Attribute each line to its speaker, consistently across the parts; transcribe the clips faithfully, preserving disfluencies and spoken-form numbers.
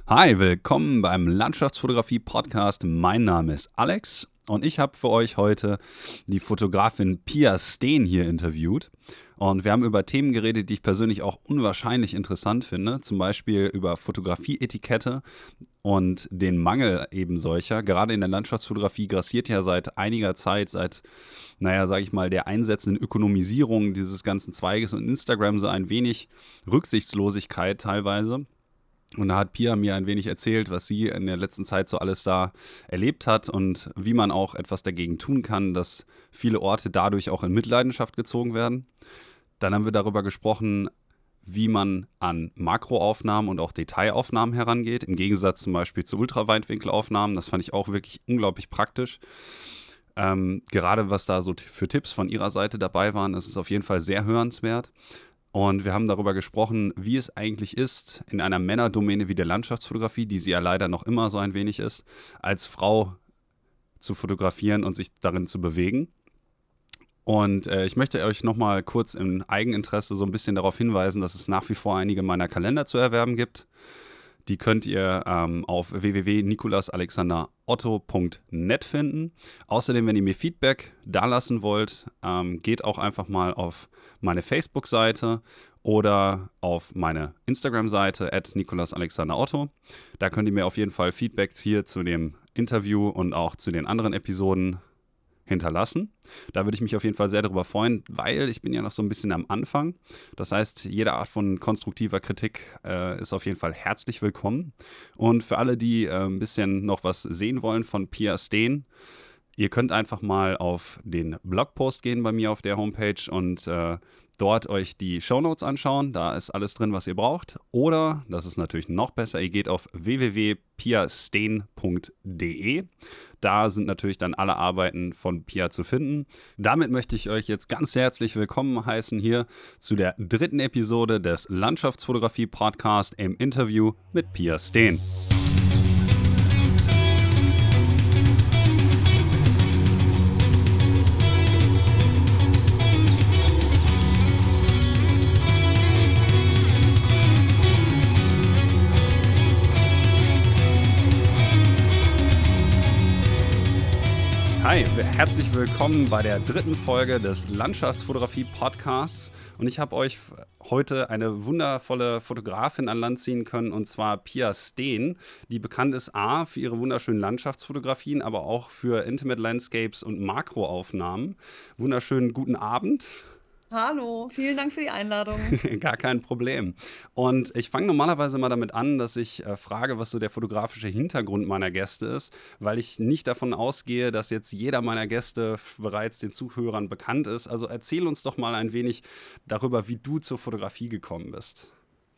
Speaker 1: Hi, willkommen beim Landschaftsfotografie-Podcast. Mein Name ist Alex und ich habe für euch heute die Fotografin Pia Steen hier interviewt. Und wir haben über Themen geredet, die ich persönlich auch unwahrscheinlich interessant finde. Zum Beispiel über Fotografie-Etikette und den Mangel eben solcher. Gerade in der Landschaftsfotografie grassiert ja seit einiger Zeit, seit, naja, sage ich mal, der einsetzenden Ökonomisierung dieses ganzen Zweiges und Instagram so ein wenig Rücksichtslosigkeit teilweise. Und da hat Pia mir ein wenig erzählt, was sie in der letzten Zeit so alles da erlebt hat und wie man auch etwas dagegen tun kann, dass viele Orte dadurch auch in Mitleidenschaft gezogen werden. Dann haben wir darüber gesprochen, wie man an Makroaufnahmen und auch Detailaufnahmen herangeht, im Gegensatz zum Beispiel zu Ultraweitwinkelaufnahmen. Das fand ich auch wirklich unglaublich praktisch. Ähm, gerade was da so t- für Tipps von ihrer Seite dabei waren, ist es auf jeden Fall sehr hörenswert. Und wir haben darüber gesprochen, wie es eigentlich ist, in einer Männerdomäne wie der Landschaftsfotografie, die sie ja leider noch immer so ein wenig ist, als Frau zu fotografieren und sich darin zu bewegen. Und äh, ich möchte euch nochmal kurz im Eigeninteresse so ein bisschen darauf hinweisen, dass es nach wie vor einige meiner Kalender zu erwerben gibt. Die könnt ihr ähm, auf w w w punkt nicolas alexander otto punkt net finden. Außerdem, wenn ihr mir Feedback dalassen wollt, ähm, geht auch einfach mal auf meine Facebook-Seite oder auf meine Instagram-Seite at nicolas alexander otto. Da könnt ihr mir auf jeden Fall Feedback hier zu dem Interview und auch zu den anderen Episoden hinterlassen. Da würde ich mich auf jeden Fall sehr darüber freuen, weil ich bin ja noch so ein bisschen am Anfang. Das heißt, jede Art von konstruktiver Kritik äh, ist auf jeden Fall herzlich willkommen. Und für alle, die äh, ein bisschen noch was sehen wollen von Pia Steen, ihr könnt einfach mal auf den Blogpost gehen bei mir auf der Homepage und äh, dort euch die Shownotes anschauen. Da ist alles drin, was ihr braucht. Oder, das ist natürlich noch besser, ihr geht auf w w w punkt pia steen punkt d e. Da sind natürlich dann alle Arbeiten von Pia zu finden. Damit möchte ich euch jetzt ganz herzlich willkommen heißen hier zu der dritten Episode des Landschaftsfotografie-Podcasts im Interview mit Pia Steen. Hi, herzlich willkommen bei der dritten Folge des Landschaftsfotografie-Podcasts und ich habe euch heute eine wundervolle Fotografin an Land ziehen können und zwar Pia Steen, die bekannt ist A für ihre wunderschönen Landschaftsfotografien, aber auch für Intimate Landscapes und Makroaufnahmen. Wunderschönen guten Abend.
Speaker 2: Hallo, vielen Dank für die Einladung.
Speaker 1: Gar kein Problem. Und ich fange normalerweise mal damit an, dass ich äh, frage, was so der fotografische Hintergrund meiner Gäste ist, weil ich nicht davon ausgehe, dass jetzt jeder meiner Gäste bereits den Zuhörern bekannt ist. Also erzähl uns doch mal ein wenig darüber, wie du zur Fotografie gekommen bist.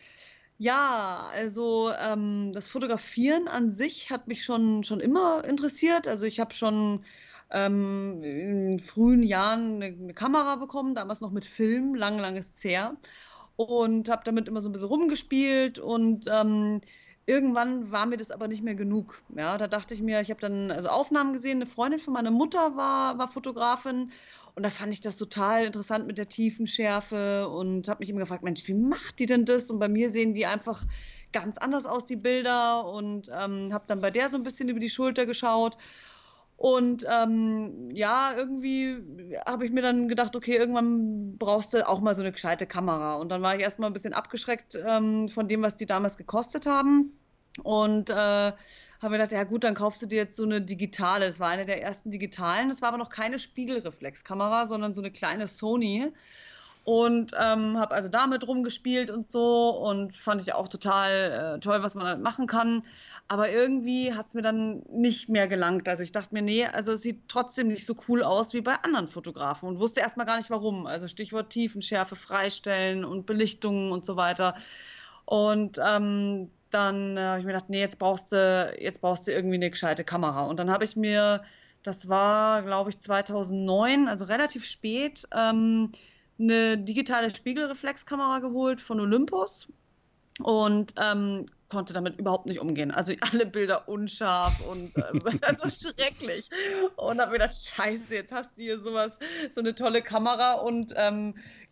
Speaker 2: Ja, also ähm, das Fotografieren an sich hat mich schon, schon immer interessiert. Also ich habe schon ähm, in frühen Jahren eine, eine Kamera bekommen, damals noch mit Film, lang, lang ist es her. Und habe damit immer so ein bisschen rumgespielt und ähm, irgendwann war mir das aber nicht mehr genug. Ja, da dachte ich mir, ich habe dann also Aufnahmen gesehen, eine Freundin von meiner Mutter war, war Fotografin und da fand ich das total interessant mit der Tiefenschärfe und habe mich immer gefragt, Mensch, wie macht die denn das? Und bei mir sehen die einfach ganz anders aus, die Bilder und ähm, habe dann bei der so ein bisschen über die Schulter geschaut. Und ähm, ja, irgendwie habe ich mir dann gedacht, okay, irgendwann brauchst du auch mal so eine gescheite Kamera. Und dann war ich erstmal ein bisschen abgeschreckt ähm, von dem, was die damals gekostet haben. Und äh, habe mir gedacht, ja gut, dann kaufst du dir jetzt so eine digitale. Das war eine der ersten digitalen. Das war aber noch keine Spiegelreflexkamera, sondern so eine kleine Sony. Und ähm, habe also damit rumgespielt und so und fand ich auch total äh, toll, was man damit machen kann. Aber irgendwie hat es mir dann nicht mehr gelangt. Also ich dachte mir, nee, also es sieht trotzdem nicht so cool aus wie bei anderen Fotografen und wusste erstmal gar nicht warum. Also Stichwort Tiefenschärfe, Freistellen und Belichtungen und so weiter. Und ähm, dann äh, habe ich mir gedacht, nee, jetzt brauchst du, jetzt brauchst du irgendwie eine gescheite Kamera. Und dann habe ich mir, das war, glaube ich, zweitausendneun, also relativ spät, ähm, eine digitale Spiegelreflexkamera geholt von Olympus und ähm, konnte damit überhaupt nicht umgehen. Also alle Bilder unscharf und ähm, also schrecklich. Und habe mir gedacht, scheiße, jetzt hast du hier sowas, so eine tolle Kamera und ähm,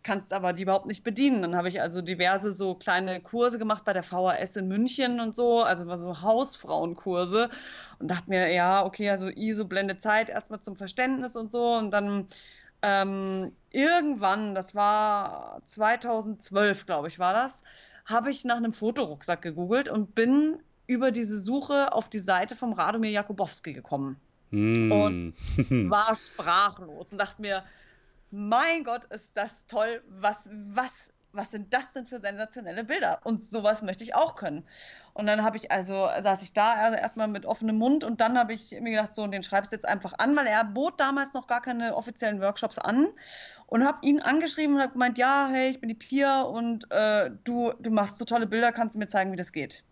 Speaker 2: kannst aber die überhaupt nicht bedienen. Dann habe ich also diverse so kleine Kurse gemacht bei der V H S in München und so, also war so Hausfrauenkurse und dachte mir, ja, okay, also I S O, Blende, Zeit erstmal zum Verständnis und so und dann ähm, irgendwann, das war zweitausendzwölf, glaube ich, war das, habe ich nach einem Fotorucksack gegoogelt und bin über diese Suche auf die Seite vom Radomir Jakubowski gekommen und
Speaker 1: Hm.
Speaker 2: war sprachlos und dachte mir, mein Gott, ist das toll, was, was, was sind das denn für sensationelle Bilder? Und sowas möchte ich auch können. Und dann habe ich also, saß ich da also erstmal mit offenem Mund und dann habe ich mir gedacht, so, den schreibst du jetzt einfach an, weil er bot damals noch gar keine offiziellen Workshops an und habe ihn angeschrieben und habe gemeint, ja, hey, ich bin die Pia und äh, du, du machst so tolle Bilder, kannst du mir zeigen, wie das geht?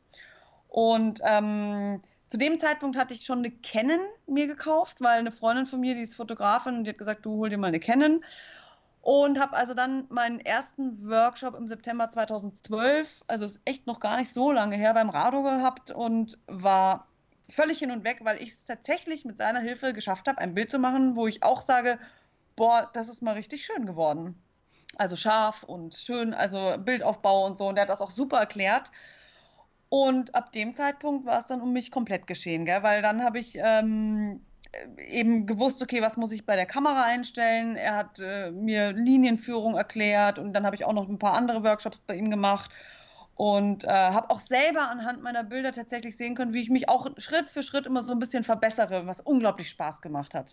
Speaker 2: Und ähm, zu dem Zeitpunkt hatte ich schon eine Canon mir gekauft, weil eine Freundin von mir, die ist Fotografin und die hat gesagt, du hol dir mal eine Canon. Und habe also dann meinen ersten Workshop im September zweitausendzwölf, also ist echt noch gar nicht so lange her, beim Rado gehabt und war völlig hin und weg, weil ich es tatsächlich mit seiner Hilfe geschafft habe, ein Bild zu machen, wo ich auch sage, boah, das ist mal richtig schön geworden. Also scharf und schön, also Bildaufbau und so. Und der hat das auch super erklärt. Und ab dem Zeitpunkt war es dann um mich komplett geschehen, gell? Weil dann habe ich ähm, eben gewusst, okay, was muss ich bei der Kamera einstellen? Er hat äh, mir Linienführung erklärt und dann habe ich auch noch ein paar andere Workshops bei ihm gemacht und äh, habe auch selber anhand meiner Bilder tatsächlich sehen können, wie ich mich auch Schritt für Schritt immer so ein bisschen verbessere, was unglaublich Spaß gemacht hat.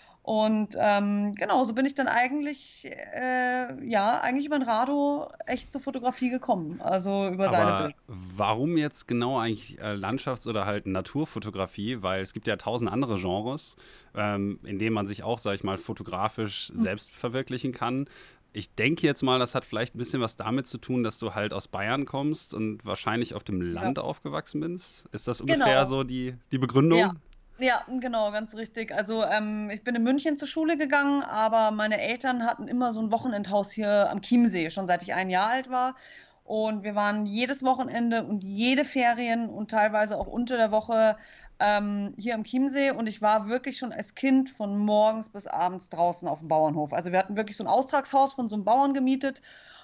Speaker 2: Und ähm, genau, so bin ich dann eigentlich, äh, ja, eigentlich über den Rado echt zur Fotografie gekommen, also über seine
Speaker 1: Aber
Speaker 2: Bilder.
Speaker 1: warum jetzt genau eigentlich äh, Landschafts- oder halt Naturfotografie? Weil es gibt ja tausend andere Genres, ähm, in denen man sich auch, sag ich mal, fotografisch selbst verwirklichen kann. Ich denke jetzt mal, das hat vielleicht ein bisschen was damit zu tun, dass du halt aus Bayern kommst und wahrscheinlich auf dem
Speaker 2: Ja,
Speaker 1: Land aufgewachsen bist. Ist das ungefähr
Speaker 2: genau.
Speaker 1: so die, die
Speaker 2: Ja,
Speaker 1: Begründung?
Speaker 2: ja, genau, ganz richtig. Also ähm, ich bin in München zur Schule gegangen, aber meine Eltern hatten immer so ein Wochenendhaus hier am Chiemsee, schon seit ich ein Jahr alt war. Und wir waren jedes Wochenende und jede Ferien und teilweise auch unter der Woche ähm, hier am Chiemsee. Und ich war wirklich schon als Kind von morgens bis abends draußen auf dem Bauernhof. Also wir hatten wirklich so ein Austragshaus von so einem Bauern gemietet.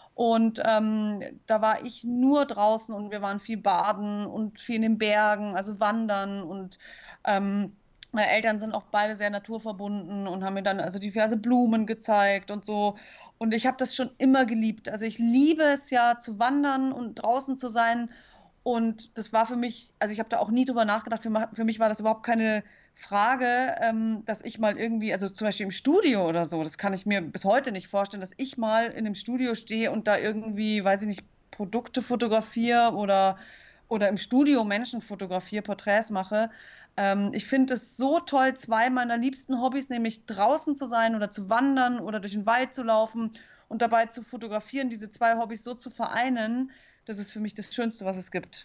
Speaker 2: Und ähm, da war ich nur draußen und wir waren viel baden und viel in den Bergen, also wandern und ähm, meine Eltern sind auch beide sehr naturverbunden und haben mir dann also diverse Blumen gezeigt und so. Und ich habe das schon immer geliebt. Also ich liebe es ja zu wandern und draußen zu sein. Und das war für mich, also ich habe da auch nie drüber nachgedacht. Für, ma- für mich war das überhaupt keine Frage, ähm, dass ich mal irgendwie, also zum Beispiel im Studio oder so, das kann ich mir bis heute nicht vorstellen, dass ich mal in einem Studio stehe und da irgendwie, weiß ich nicht, Produkte fotografiere oder, oder im Studio Menschen fotografiere, Porträts mache. Ähm, ich finde es so toll, zwei meiner liebsten Hobbys, nämlich draußen zu sein oder zu wandern oder durch den Wald zu laufen und dabei zu fotografieren, diese zwei Hobbys so zu vereinen, das ist für mich das Schönste, was es gibt.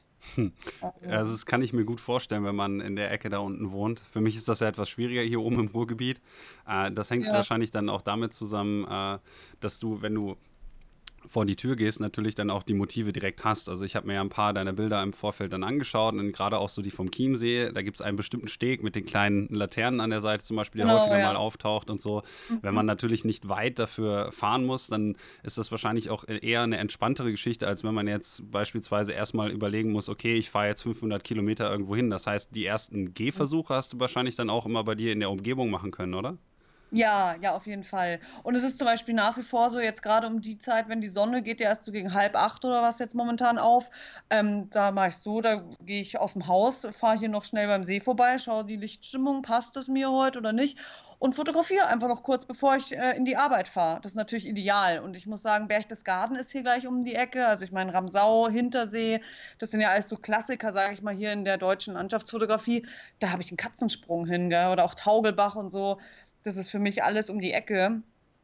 Speaker 1: Also
Speaker 2: Also,
Speaker 1: das kann ich mir gut vorstellen, wenn man in der Ecke da unten wohnt. Für mich ist das ja etwas schwieriger hier oben im Ruhrgebiet. Äh, das hängt
Speaker 2: ja,
Speaker 1: wahrscheinlich dann auch damit zusammen, äh, dass du, wenn du vor die Tür gehst, natürlich dann auch die Motive direkt hast. Also ich habe mir ja ein paar deiner Bilder im Vorfeld dann angeschaut und gerade auch so die vom Chiemsee, da gibt es einen bestimmten Steg mit den kleinen Laternen an der Seite zum Beispiel, der
Speaker 2: genau,
Speaker 1: häufiger mal
Speaker 2: ja.
Speaker 1: auftaucht und so. Wenn man
Speaker 2: Mhm.
Speaker 1: natürlich nicht weit dafür fahren muss, dann ist das wahrscheinlich auch eher eine entspanntere Geschichte, als wenn man jetzt beispielsweise erstmal überlegen muss, okay, ich fahre jetzt fünfhundert Kilometer irgendwo hin. Das heißt, die ersten Gehversuche hast du wahrscheinlich dann auch immer bei dir in der Umgebung machen können, oder?
Speaker 2: Ja, ja, auf jeden Fall. Und es ist zum Beispiel nach wie vor so, jetzt gerade um die Zeit, wenn die Sonne geht ja erst so gegen halb acht oder was jetzt momentan auf, ähm, da mache ich so, da gehe ich aus dem Haus, fahre hier noch schnell beim See vorbei, schaue die Lichtstimmung, passt es mir heute oder nicht und fotografiere einfach noch kurz, bevor ich äh, in die Arbeit fahre. Das ist natürlich ideal. Und ich muss sagen, Berchtesgaden ist hier gleich um die Ecke. Also ich meine, Ramsau, Hintersee, das sind ja alles so Klassiker, sage ich mal, hier in der deutschen Landschaftsfotografie. Da habe ich einen Katzensprung hin, gell? Oder auch Taugelbach und so. Das ist für mich alles um die Ecke.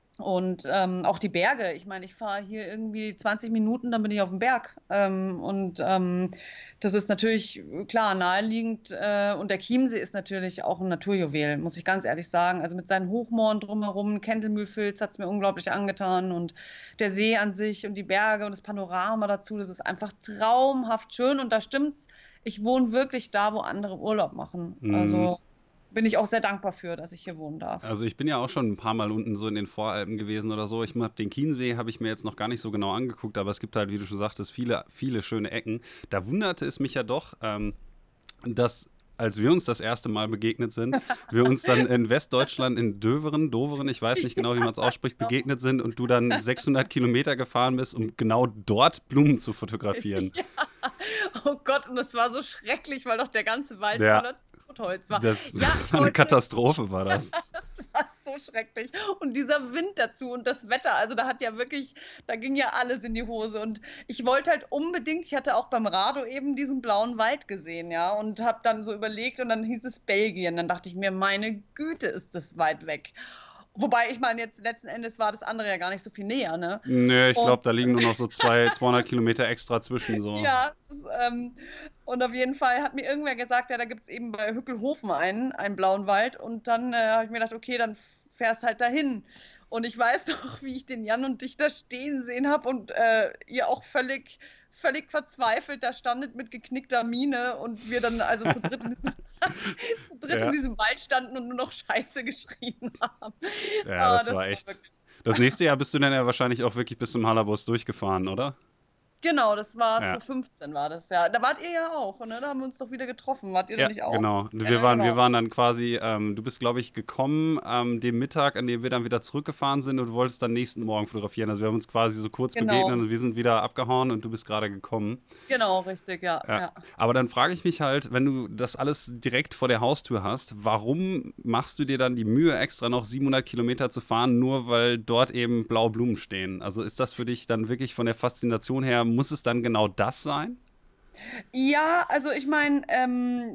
Speaker 2: Und ähm, auch die Berge. Ich meine, ich fahre hier irgendwie zwanzig Minuten, dann bin ich auf dem Berg. Ähm, und ähm, das ist natürlich äh, klar naheliegend. Äh, und der Chiemsee ist natürlich auch ein Naturjuwel, muss ich ganz ehrlich sagen. Also mit seinen Hochmooren drumherum, Kentelmühlfilz hat es mir unglaublich angetan. Und der See an sich und die Berge und das Panorama dazu, das ist einfach traumhaft schön. Und da stimmt's, ich wohne wirklich da, wo andere Urlaub machen.
Speaker 1: Mm,
Speaker 2: Also. bin ich auch sehr dankbar für, dass ich hier wohnen darf.
Speaker 1: Also ich bin ja auch schon ein paar Mal unten so in den Voralpen gewesen oder so. Ich habe den Chiemsee habe ich mir jetzt noch gar nicht so genau angeguckt, aber es gibt halt, wie du schon sagtest, viele, viele schöne Ecken. Da wunderte es mich ja doch, ähm, dass als wir uns das erste Mal begegnet sind, wir uns dann in Westdeutschland in Döveren, Doveren, ich weiß nicht genau, wie man es ausspricht, begegnet sind und du dann sechshundert Kilometer gefahren bist, um genau dort Blumen zu fotografieren.
Speaker 2: Ja. Oh Gott, und das war so schrecklich, weil doch der ganze Wald
Speaker 1: Ja.
Speaker 2: voller Totholz war.
Speaker 1: Das
Speaker 2: Ja, ich
Speaker 1: war eine
Speaker 2: wollte-
Speaker 1: Katastrophe, war das.
Speaker 2: Das war so schrecklich. Und dieser Wind dazu und das Wetter, also da hat ja wirklich, da ging ja alles in die Hose. Und ich wollte halt unbedingt, ich hatte auch beim Rado eben diesen blauen Wald gesehen, ja, und habe dann so überlegt und dann hieß es Belgien. Dann dachte ich mir, meine Güte, ist das weit weg. Wobei, ich meine, jetzt letzten Endes war das andere ja gar nicht so viel näher, ne?
Speaker 1: Nee, ich
Speaker 2: Und-
Speaker 1: glaube, da liegen nur noch so zwei, zweihundert Kilometer extra zwischen. So.
Speaker 2: Ja, das, ähm, und auf jeden Fall hat mir irgendwer gesagt, ja, da gibt es eben bei Hückelhofen einen, einen blauen Wald. Und dann äh, habe ich mir gedacht, okay, dann fährst halt dahin. Und ich weiß noch, wie ich den Jan und dich da stehen sehen habe und äh, ihr auch völlig, völlig verzweifelt da standet mit geknickter Miene und wir dann also zu dritt in diesem, zu dritt
Speaker 1: Ja.
Speaker 2: in diesem Wald standen und nur noch Scheiße geschrien haben.
Speaker 1: Ja,
Speaker 2: Ah,
Speaker 1: das, war echt.
Speaker 2: wirklich-
Speaker 1: Das nächste Jahr bist du dann ja wahrscheinlich auch wirklich bis zum Hallerbos durchgefahren, oder?
Speaker 2: Genau, das war
Speaker 1: Ja.
Speaker 2: zwanzig fünfzehn war das, ja. Da wart ihr ja auch, ne? Da haben wir uns doch wieder getroffen. Wart ihr da
Speaker 1: Ja,
Speaker 2: nicht auch?
Speaker 1: genau. Wir,
Speaker 2: Ja,
Speaker 1: waren,
Speaker 2: genau.
Speaker 1: wir waren dann quasi, ähm, du bist, glaube ich, gekommen ähm, dem Mittag, an dem wir dann wieder zurückgefahren sind und du wolltest dann nächsten Morgen fotografieren. Also wir haben uns quasi so kurz
Speaker 2: Genau.
Speaker 1: begegnet und wir sind wieder abgehauen und du bist gerade gekommen.
Speaker 2: Genau, richtig, ja.
Speaker 1: Ja.
Speaker 2: ja.
Speaker 1: Aber dann frage ich mich halt, wenn du das alles direkt vor der Haustür hast, warum machst du dir dann die Mühe, extra noch siebenhundert Kilometer zu fahren, nur weil dort eben blaue Blumen stehen? Also ist das für dich dann wirklich von der Faszination her, muss es dann genau das sein?
Speaker 2: Ja, also ich meine, ähm,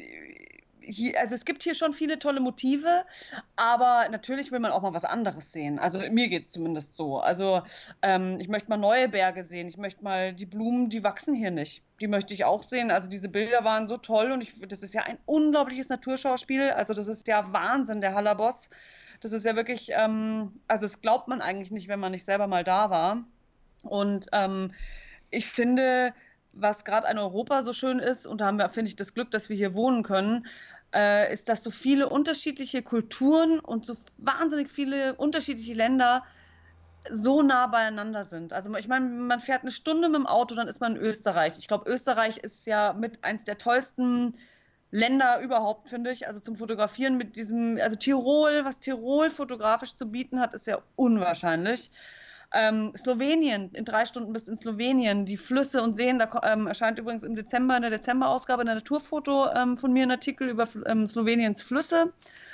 Speaker 2: hier, also es gibt hier schon viele tolle Motive, aber natürlich will man auch mal was anderes sehen. Also mir geht es zumindest so. Also ähm, ich möchte mal neue Berge sehen. Ich möchte mal die Blumen, die wachsen hier nicht. Die möchte ich auch sehen. Also diese Bilder waren so toll und ich, das ist ja ein unglaubliches Naturschauspiel. Also das ist ja Wahnsinn, der Hallerbos. Das ist ja wirklich, ähm, also das glaubt man eigentlich nicht, wenn man nicht selber mal da war. Und ähm, ich finde, was gerade an Europa so schön ist, und da haben wir, finde ich, das Glück, dass wir hier wohnen können, äh, ist, dass so viele unterschiedliche Kulturen und so wahnsinnig viele unterschiedliche Länder so nah beieinander sind. Also ich meine, man fährt eine Stunde mit dem Auto, dann ist man in Österreich. Ich glaube, Österreich ist ja mit eins der tollsten Länder überhaupt, finde ich. Also zum Fotografieren mit diesem, also Tirol, was Tirol fotografisch zu bieten hat, ist ja unwahrscheinlich. Ähm, Slowenien, in drei Stunden bis in Slowenien, die Flüsse und Seen, da ko- ähm, erscheint übrigens im Dezember, in der Dezemberausgabe in der Naturfoto ähm, von mir ein Artikel über ähm, Sloweniens Flüsse.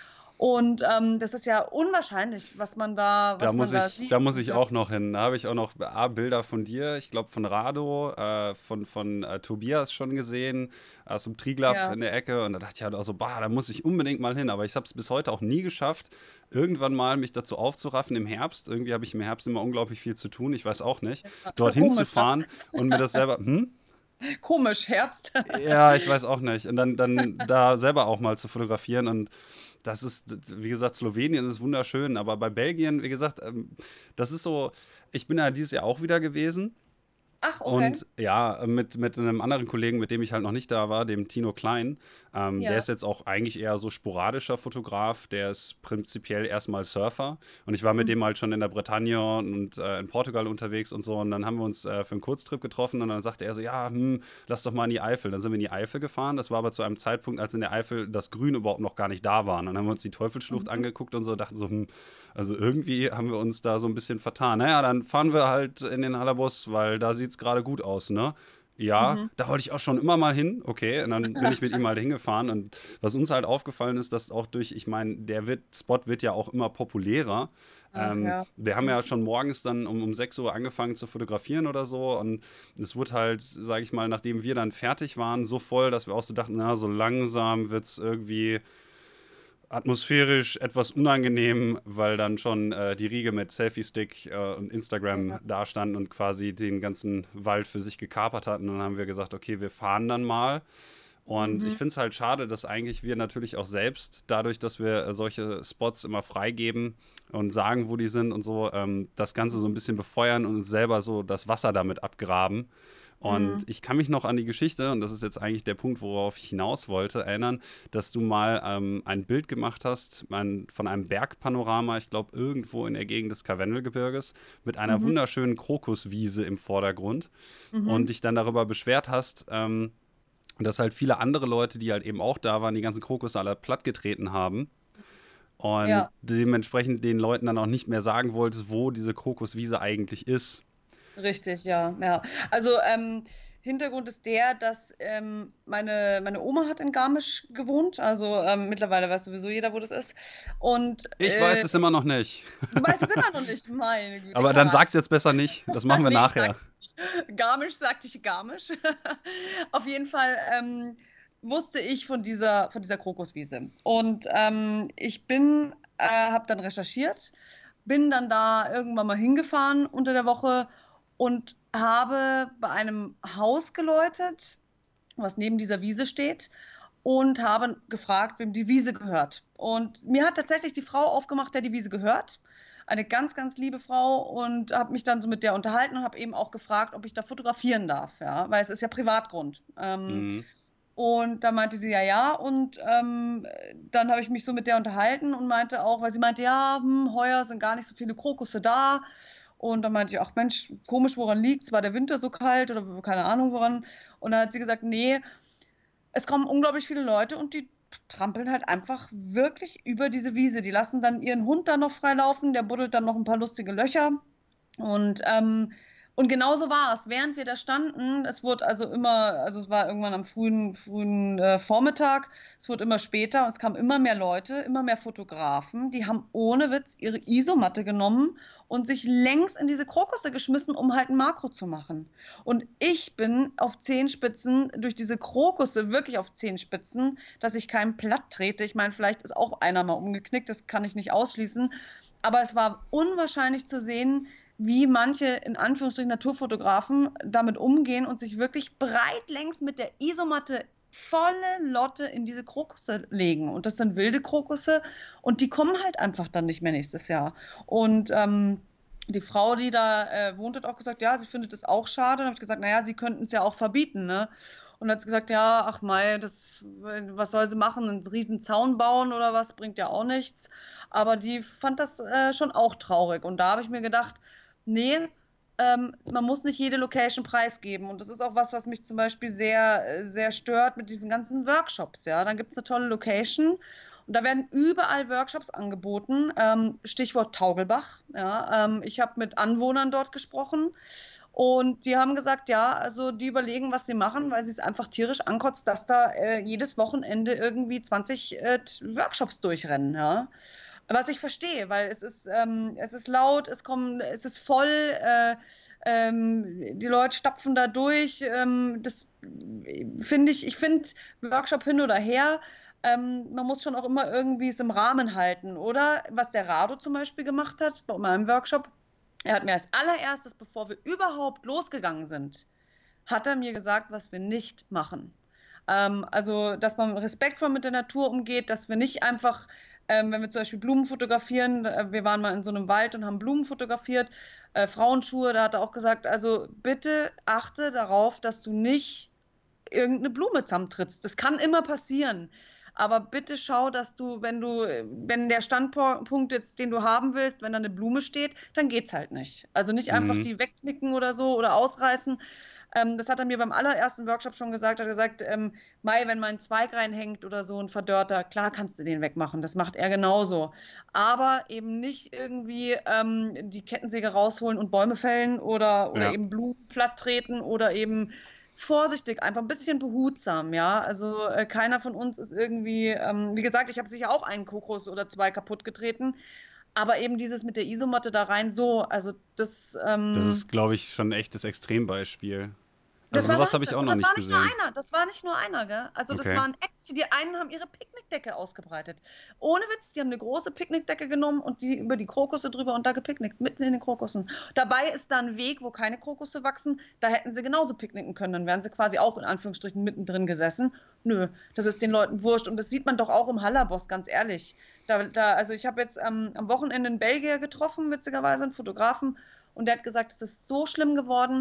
Speaker 2: Und ähm, das ist ja unwahrscheinlich, was man da, was
Speaker 1: Da
Speaker 2: man
Speaker 1: muss,
Speaker 2: da
Speaker 1: ich,
Speaker 2: sieht.
Speaker 1: da muss ich
Speaker 2: Ja.
Speaker 1: auch noch hin. Da habe ich auch noch A, Bilder von dir, ich glaube von Rado, äh, von, von äh, Tobias schon gesehen, aus dem Triglav
Speaker 2: Ja.
Speaker 1: in der Ecke. Und da dachte ich halt auch so, bah, da muss ich unbedingt mal hin. Aber ich habe es bis heute auch nie geschafft, irgendwann mal mich dazu aufzuraffen im Herbst. Irgendwie habe ich im Herbst immer unglaublich viel zu tun, ich weiß auch nicht. Dorthin
Speaker 2: Komisch,
Speaker 1: zu
Speaker 2: ne?
Speaker 1: fahren und mir das selber, hm?
Speaker 2: Komisch, Herbst.
Speaker 1: Ja, ich weiß auch nicht. Und dann, dann da selber auch mal zu fotografieren. Und das ist, wie gesagt, Slowenien ist wunderschön. Aber bei Belgien, wie gesagt, ähm, das ist so, ich bin ja dieses Jahr auch wieder gewesen.
Speaker 2: Ach, okay.
Speaker 1: Und ja, mit, mit einem anderen Kollegen, mit dem ich halt noch nicht da war, dem Tino Klein. Ähm,
Speaker 2: Ja.
Speaker 1: Der ist jetzt auch eigentlich eher so sporadischer Fotograf. Der ist prinzipiell erstmal Surfer. Und ich war mit
Speaker 2: Mhm.
Speaker 1: dem halt schon in der Bretagne und äh, in Portugal unterwegs und so. Und dann haben wir uns äh, für einen Kurztrip getroffen. Und dann sagte er so, ja, hm, lass doch mal in die Eifel. Dann sind wir in die Eifel gefahren. Das war aber zu einem Zeitpunkt, als in der Eifel das Grün überhaupt noch gar nicht da war. Und dann haben wir uns die Teufelsschlucht
Speaker 2: Mhm.
Speaker 1: angeguckt und so, dachten so, hm, also irgendwie haben wir uns da so ein bisschen vertan. Naja, dann fahren wir halt in den Hallerbos, weil da sieht es gerade gut aus, ne? Ja,
Speaker 2: Mhm.
Speaker 1: da wollte ich auch schon immer mal hin, okay, und dann bin ich mit ihm halt hingefahren und was uns halt aufgefallen ist, dass auch durch, ich meine, der wird, Spot wird ja auch immer populärer.
Speaker 2: Ach,
Speaker 1: Ähm,
Speaker 2: ja.
Speaker 1: Wir haben ja schon morgens dann um, um sechs Uhr angefangen zu fotografieren oder so und es wurde halt, sage ich mal, nachdem wir dann fertig waren, so voll, dass wir auch so dachten, na, so langsam wird es irgendwie atmosphärisch etwas unangenehm, weil dann schon äh, die Riege mit Selfie-Stick äh, und Instagram
Speaker 2: Ja.
Speaker 1: da standen und quasi den ganzen Wald für sich gekapert hatten. Und dann haben wir gesagt, okay, wir fahren dann mal. Und
Speaker 2: Mhm.
Speaker 1: ich finde es halt schade, dass eigentlich wir natürlich auch selbst, dadurch, dass wir äh, solche Spots immer freigeben und sagen, wo die sind und so, ähm, das Ganze so ein bisschen befeuern und uns selber so das Wasser damit abgraben. Und
Speaker 2: Mhm.
Speaker 1: ich kann mich noch an die Geschichte, und das ist jetzt eigentlich der Punkt, worauf ich hinaus wollte, erinnern, dass du mal ähm, ein Bild gemacht hast ein, von einem Bergpanorama, ich glaube irgendwo in der Gegend des Karwendelgebirges, mit einer
Speaker 2: Mhm.
Speaker 1: wunderschönen Krokuswiese im Vordergrund und
Speaker 2: Mhm.
Speaker 1: dich dann darüber beschwert hast, ähm, dass halt viele andere Leute, die halt eben auch da waren, die ganzen Krokusse alle plattgetreten haben. Und
Speaker 2: Ja,
Speaker 1: dementsprechend den Leuten dann auch nicht mehr sagen wolltest, wo diese Krokuswiese eigentlich ist.
Speaker 2: richtig, ja, ja. Also ähm, Hintergrund ist der, dass ähm, meine, meine Oma hat in Garmisch gewohnt. Also ähm, mittlerweile weiß sowieso jeder, wo das ist. Und
Speaker 1: Ich weiß
Speaker 2: äh,
Speaker 1: es immer noch nicht.
Speaker 2: du weißt es immer noch nicht. Meine Güte, ich
Speaker 1: Aber dann
Speaker 2: verrate es.
Speaker 1: sag's jetzt besser nicht. Das machen wir
Speaker 2: Nee, ich
Speaker 1: nachher.
Speaker 2: sag es nicht. Garmisch sagte ich Garmisch. Auf jeden Fall ähm, wusste ich von dieser, von dieser Krokuswiese. Und ähm, ich bin, äh, habe dann recherchiert, bin dann da irgendwann mal hingefahren unter der Woche und habe bei einem Haus geläutet, was neben dieser Wiese steht, und habe gefragt, wem die Wiese gehört. Und mir hat tatsächlich die Frau aufgemacht, der die Wiese gehört. Eine ganz, ganz liebe Frau, und habe mich dann so mit der unterhalten und habe eben auch gefragt, ob ich da fotografieren darf, ja, weil es ist ja Privatgrund. Ähm,
Speaker 1: Mhm.
Speaker 2: und da meinte sie ja, ja. Und ähm, dann habe ich mich so mit der unterhalten und meinte auch, weil sie meinte, ja, hm, heuer sind gar nicht so viele Krokusse da. Und dann meinte ich, ach Mensch, komisch, woran liegt's? War der Winter so kalt oder keine Ahnung woran? Und dann hat sie gesagt, nee, es kommen unglaublich viele Leute und die trampeln halt einfach wirklich über diese Wiese. Die lassen dann ihren Hund da noch frei laufen, der buddelt dann noch ein paar lustige Löcher. Und, ähm, und genauso war es. Während wir da standen, es wurde also immer, also es war irgendwann am frühen, frühen äh, Vormittag, es wurde immer später und es kamen immer mehr Leute, immer mehr Fotografen, die haben ohne Witz ihre Isomatte genommen und sich längs in diese Krokusse geschmissen, um halt ein Makro zu machen. Und ich bin auf Zehenspitzen durch diese Krokusse, wirklich auf Zehenspitzen, dass ich keinen platt trete. Ich meine, vielleicht ist auch einer mal umgeknickt, das kann ich nicht ausschließen. Aber es war unwahrscheinlich zu sehen, wie manche, in Anführungsstrichen, Naturfotografen damit umgehen und sich wirklich breitlängs mit der Isomatte volle Lotte in diese Krokusse legen. Und das sind wilde Krokusse und die kommen halt einfach dann nicht mehr nächstes Jahr. Und ähm, die Frau, die da äh, wohnt, hat auch gesagt, ja, sie findet das auch schade. Und dann habe ich gesagt, naja, sie könnten es ja auch verbieten, ne? Und dann hat sie gesagt, ja, ach mei, das, was soll sie machen? Einen riesen Zaun bauen oder was? Bringt ja auch nichts. Aber die fand das äh, schon auch traurig. Und da habe ich mir gedacht, nee, ähm, man muss nicht jede Location preisgeben. Und das ist auch was, was mich zum Beispiel sehr, sehr stört mit diesen ganzen Workshops. Ja, dann gibt es eine tolle Location und da werden überall Workshops angeboten. Ähm, Stichwort Taugelbach. Ja, ähm, ich habe mit Anwohnern dort gesprochen und die haben gesagt, ja, also die überlegen, was sie machen, weil sie es einfach tierisch ankotzt, dass da äh, jedes Wochenende irgendwie zwanzig äh, Workshops durchrennen. Ja. Was ich verstehe, weil es ist, ähm, es ist laut, es kommen, es ist voll, äh, ähm, die Leute stapfen da durch. Ähm, das finde ich, ich finde Workshop hin oder her, ähm, man muss schon auch immer irgendwie es im Rahmen halten, oder? Was der Rado zum Beispiel gemacht hat bei meinem Workshop, er hat mir als allererstes, bevor wir überhaupt losgegangen sind, hat er mir gesagt, was wir nicht machen. Ähm, also, dass man respektvoll mit der Natur umgeht, dass wir nicht einfach, ähm, wenn wir zum Beispiel Blumen fotografieren, äh, wir waren mal in so einem Wald und haben Blumen fotografiert, äh, Frauenschuhe, da hat er auch gesagt, also bitte achte darauf, dass du nicht irgendeine Blume zusammentrittst. Das kann immer passieren. Aber bitte schau, dass du, wenn du, wenn der Standpunkt jetzt, den du haben willst, wenn da eine Blume steht, dann geht's halt nicht. Also nicht einfach
Speaker 1: Mhm.
Speaker 2: die wegknicken oder so oder ausreißen. Ähm, das hat er mir beim allerersten Workshop schon gesagt. Er hat gesagt, ähm, Mai, wenn mal ein Zweig reinhängt oder so, ein verdörrter, klar kannst du den wegmachen. Das macht er genauso. Aber eben nicht irgendwie ähm, die Kettensäge rausholen und Bäume fällen oder, oder
Speaker 1: Ja.
Speaker 2: eben Blumen platt treten oder eben vorsichtig, einfach ein bisschen behutsam, ja. Also äh, keiner von uns ist irgendwie, ähm, wie gesagt, ich habe sicher auch einen Kokos oder zwei kaputt getreten, aber eben dieses mit der Isomatte da rein, so, also das,
Speaker 1: Das
Speaker 2: ähm,
Speaker 1: ist, glaube ich, schon ein echtes Extrembeispiel. Also
Speaker 2: das war
Speaker 1: sowas habe ich
Speaker 2: Wahnsinn.
Speaker 1: auch
Speaker 2: Und
Speaker 1: noch
Speaker 2: das war
Speaker 1: nicht
Speaker 2: nicht nur
Speaker 1: gesehen.
Speaker 2: einer, das war nicht nur einer, gell? Also das
Speaker 1: Okay.
Speaker 2: waren echt, die einen haben ihre Picknickdecke ausgebreitet. Ohne Witz, die haben eine große Picknickdecke genommen und die über die Krokusse drüber und da gepicknickt, mitten in den Krokussen. Dabei ist da ein Weg, wo keine Krokusse wachsen, da hätten sie genauso picknicken können, dann wären sie quasi auch in Anführungsstrichen mittendrin gesessen. Nö, das ist den Leuten wurscht und das sieht man doch auch im Hallerboss, ganz ehrlich. Da, da, also ich habe jetzt ähm, am Wochenende einen Belgier getroffen, witzigerweise, einen Fotografen, und der hat gesagt, es ist so schlimm geworden,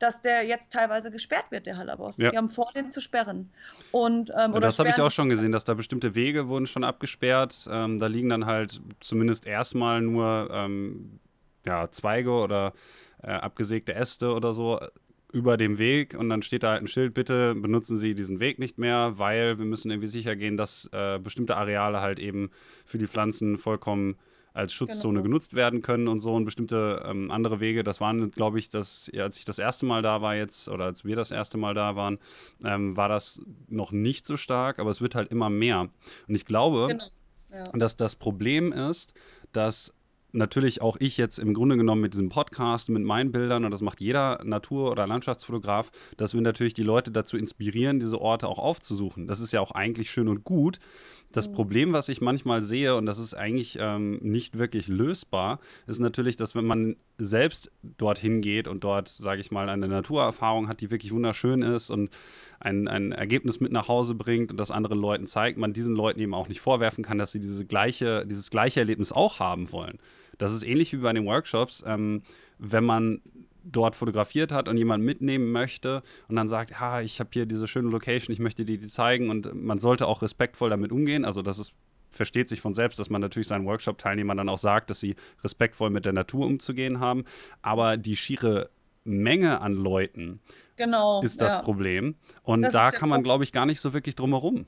Speaker 2: dass der jetzt teilweise gesperrt wird, der Hallerboss.
Speaker 1: Ja.
Speaker 2: Die haben vor, den zu sperren. Und, ähm,
Speaker 1: Ja,
Speaker 2: oder
Speaker 1: das habe ich
Speaker 2: sperren
Speaker 1: auch schon gesehen, dass da bestimmte Wege wurden schon abgesperrt. Ähm, da liegen dann halt zumindest erstmal nur ähm, ja, Zweige oder äh, abgesägte Äste oder so äh, über dem Weg und dann steht da halt ein Schild, bitte benutzen Sie diesen Weg nicht mehr, weil wir müssen irgendwie sicher gehen, dass äh, bestimmte Areale halt eben für die Pflanzen vollkommen als Schutzzone
Speaker 2: Genau.
Speaker 1: genutzt werden können und so und bestimmte ähm, andere Wege. Das waren, glaube ich, das, ja, als ich das erste Mal da war jetzt oder als wir das erste Mal da waren, ähm, war das noch nicht so stark, aber es wird halt immer mehr. Und ich glaube,
Speaker 2: Genau. Ja.
Speaker 1: dass das Problem ist, dass natürlich auch ich jetzt im Grunde genommen mit diesem Podcast, mit meinen Bildern, und das macht jeder Natur- oder Landschaftsfotograf, dass wir natürlich die Leute dazu inspirieren, diese Orte auch aufzusuchen. Das ist ja auch eigentlich schön und gut. Das Problem, was ich manchmal sehe, und das ist eigentlich ähm, nicht wirklich lösbar, ist natürlich, dass wenn man selbst dorthin geht und dort, sage ich mal, eine Naturerfahrung hat, die wirklich wunderschön ist und ein, ein Ergebnis mit nach Hause bringt und das anderen Leuten zeigt, man diesen Leuten eben auch nicht vorwerfen kann, dass sie diese gleiche, dieses gleiche Erlebnis auch haben wollen. Das ist ähnlich wie bei den Workshops, ähm, wenn man dort fotografiert hat und jemand mitnehmen möchte und dann sagt, ja, ich habe hier diese schöne Location, ich möchte dir die zeigen und man sollte auch respektvoll damit umgehen. Also das ist, versteht sich von selbst, dass man natürlich seinen Workshop-Teilnehmern dann auch sagt, dass sie respektvoll mit der Natur umzugehen haben. Aber die schiere Menge an Leuten
Speaker 2: Genau,
Speaker 1: ist das
Speaker 2: ja.
Speaker 1: Problem. Und
Speaker 2: Das
Speaker 1: da
Speaker 2: ist der
Speaker 1: kann man,
Speaker 2: Punkt.
Speaker 1: glaube ich, gar nicht so wirklich drum herum.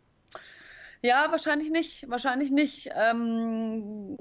Speaker 2: Ja, wahrscheinlich nicht, wahrscheinlich nicht. Ähm,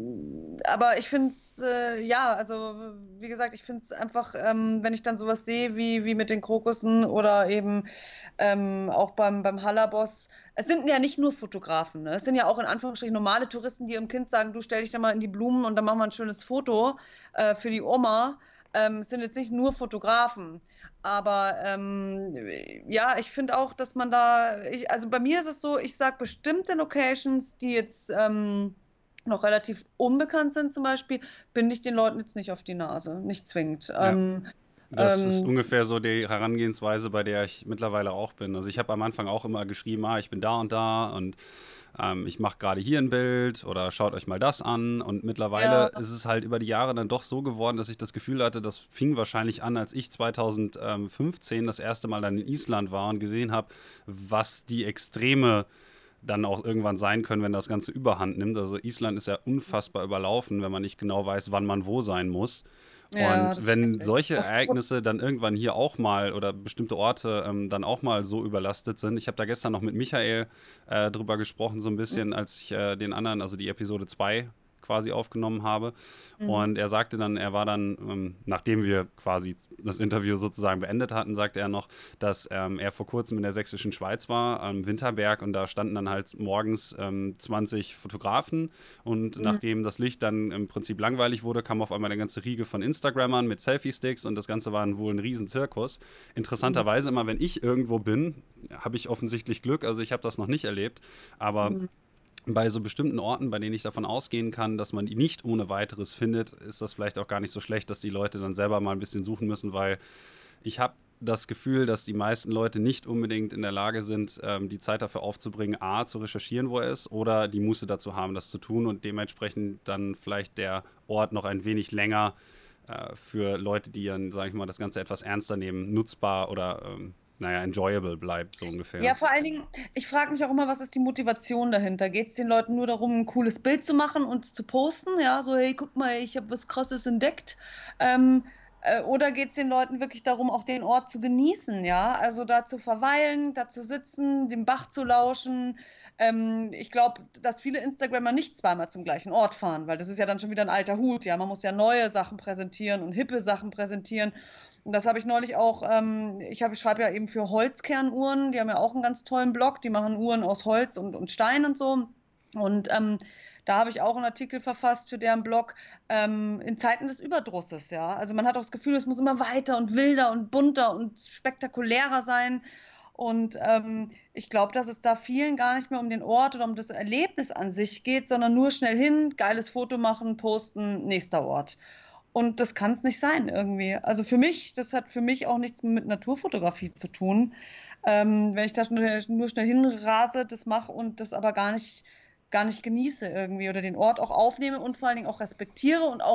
Speaker 2: aber ich finde es, äh, ja, also wie gesagt, ich finde es einfach, ähm, wenn ich dann sowas sehe wie, wie mit den Krokussen oder eben ähm, auch beim, beim Hallerboss. Es sind ja nicht nur Fotografen, ne? Es sind ja auch in Anführungsstrichen normale Touristen, die ihrem Kind sagen, du stell dich da mal in die Blumen und dann machen wir ein schönes Foto äh, für die Oma. Ähm, es sind jetzt nicht nur Fotografen. Aber ähm, ja, ich finde auch, dass man da, ich, also bei mir ist es so, ich sage bestimmte Locations, die jetzt ähm, noch relativ unbekannt sind zum Beispiel, binde ich den Leuten jetzt nicht auf die Nase, nicht zwingend.
Speaker 1: Ja.
Speaker 2: Ähm,
Speaker 1: Das ist
Speaker 2: ähm,
Speaker 1: ungefähr so die Herangehensweise, bei der ich mittlerweile auch bin. Also ich habe am Anfang auch immer geschrieben, ah, ich bin da und da und ähm, ich mache gerade hier ein Bild oder schaut euch mal das an. Und mittlerweile
Speaker 2: ja,
Speaker 1: ist es halt über die Jahre dann doch so geworden, dass ich das Gefühl hatte, das fing wahrscheinlich an, als ich zwanzig fünfzehn das erste Mal dann in Island war und gesehen habe, was die Extreme dann auch irgendwann sein können, wenn das Ganze überhand nimmt. Also Island ist ja unfassbar überlaufen, wenn man nicht genau weiß, wann man wo sein muss.
Speaker 2: ja, das
Speaker 1: Und
Speaker 2: ist
Speaker 1: wenn
Speaker 2: schrecklich.
Speaker 1: solche
Speaker 2: Auf-
Speaker 1: Ereignisse dann irgendwann hier auch mal oder bestimmte Orte ähm, dann auch mal so überlastet sind. Ich habe da gestern noch mit Michael äh, drüber gesprochen, so ein bisschen, als ich äh, den anderen, also die Episode zwei quasi aufgenommen habe.
Speaker 2: Mhm.
Speaker 1: Und er sagte dann, er war dann, ähm, nachdem wir quasi das Interview sozusagen beendet hatten, sagte er noch, dass ähm, er vor kurzem in der sächsischen Schweiz war, am Winterberg, und da standen dann halt morgens ähm, zwanzig Fotografen und
Speaker 2: Mhm.
Speaker 1: nachdem das Licht dann im Prinzip langweilig wurde, kam auf einmal eine ganze Riege von Instagrammern mit Selfie-Sticks und das Ganze war wohl ein Riesenzirkus. Interessanterweise immer, wenn ich irgendwo bin, habe ich offensichtlich Glück, also ich habe das noch nicht erlebt, aber
Speaker 2: Mhm.
Speaker 1: bei so bestimmten Orten, bei denen ich davon ausgehen kann, dass man die nicht ohne weiteres findet, ist das vielleicht auch gar nicht so schlecht, dass die Leute dann selber mal ein bisschen suchen müssen, weil ich habe das Gefühl, dass die meisten Leute nicht unbedingt in der Lage sind, ähm, die Zeit dafür aufzubringen, A, zu recherchieren, wo er ist, oder die Muße dazu haben, das zu tun und dementsprechend dann vielleicht der Ort noch ein wenig länger äh, für Leute, die dann, sage ich mal, das Ganze etwas ernster nehmen, nutzbar oder ähm, naja, enjoyable bleibt, so ungefähr.
Speaker 2: Ja, vor allen Dingen, ich frage mich auch immer, was ist die Motivation dahinter? Geht es den Leuten nur darum, ein cooles Bild zu machen und es zu posten? Ja, so, hey, guck mal, ich habe was Krasses entdeckt. Ähm, äh, oder geht es den Leuten wirklich darum, auch den Ort zu genießen? Ja, also da zu verweilen, da zu sitzen, dem Bach zu lauschen. Ähm, ich glaube, dass viele Instagrammer nicht zweimal zum gleichen Ort fahren, weil das ist ja dann schon wieder ein alter Hut. Ja, man muss ja neue Sachen präsentieren und hippe Sachen präsentieren. Und das habe ich neulich auch, ähm, ich, hab, ich schreibe ja eben für Holzkernuhren, die haben ja auch einen ganz tollen Blog, die machen Uhren aus Holz und, und Stein und so. Und ähm, da habe ich auch einen Artikel verfasst für deren Blog, ähm, in Zeiten des Überdrusses, ja. Also man hat auch das Gefühl, es muss immer weiter und wilder und bunter und spektakulärer sein. Und ähm, ich glaube, dass es da vielen gar nicht mehr um den Ort oder um das Erlebnis an sich geht, sondern nur schnell hin, geiles Foto machen, posten, nächster Ort. Und das kann es nicht sein irgendwie. Also für mich, das hat für mich auch nichts mit Naturfotografie zu tun. Ähm, wenn ich da nur, nur schnell hinrase, das mache und das aber gar nicht, gar nicht genieße irgendwie oder den Ort auch aufnehme und vor allen Dingen auch respektiere und auch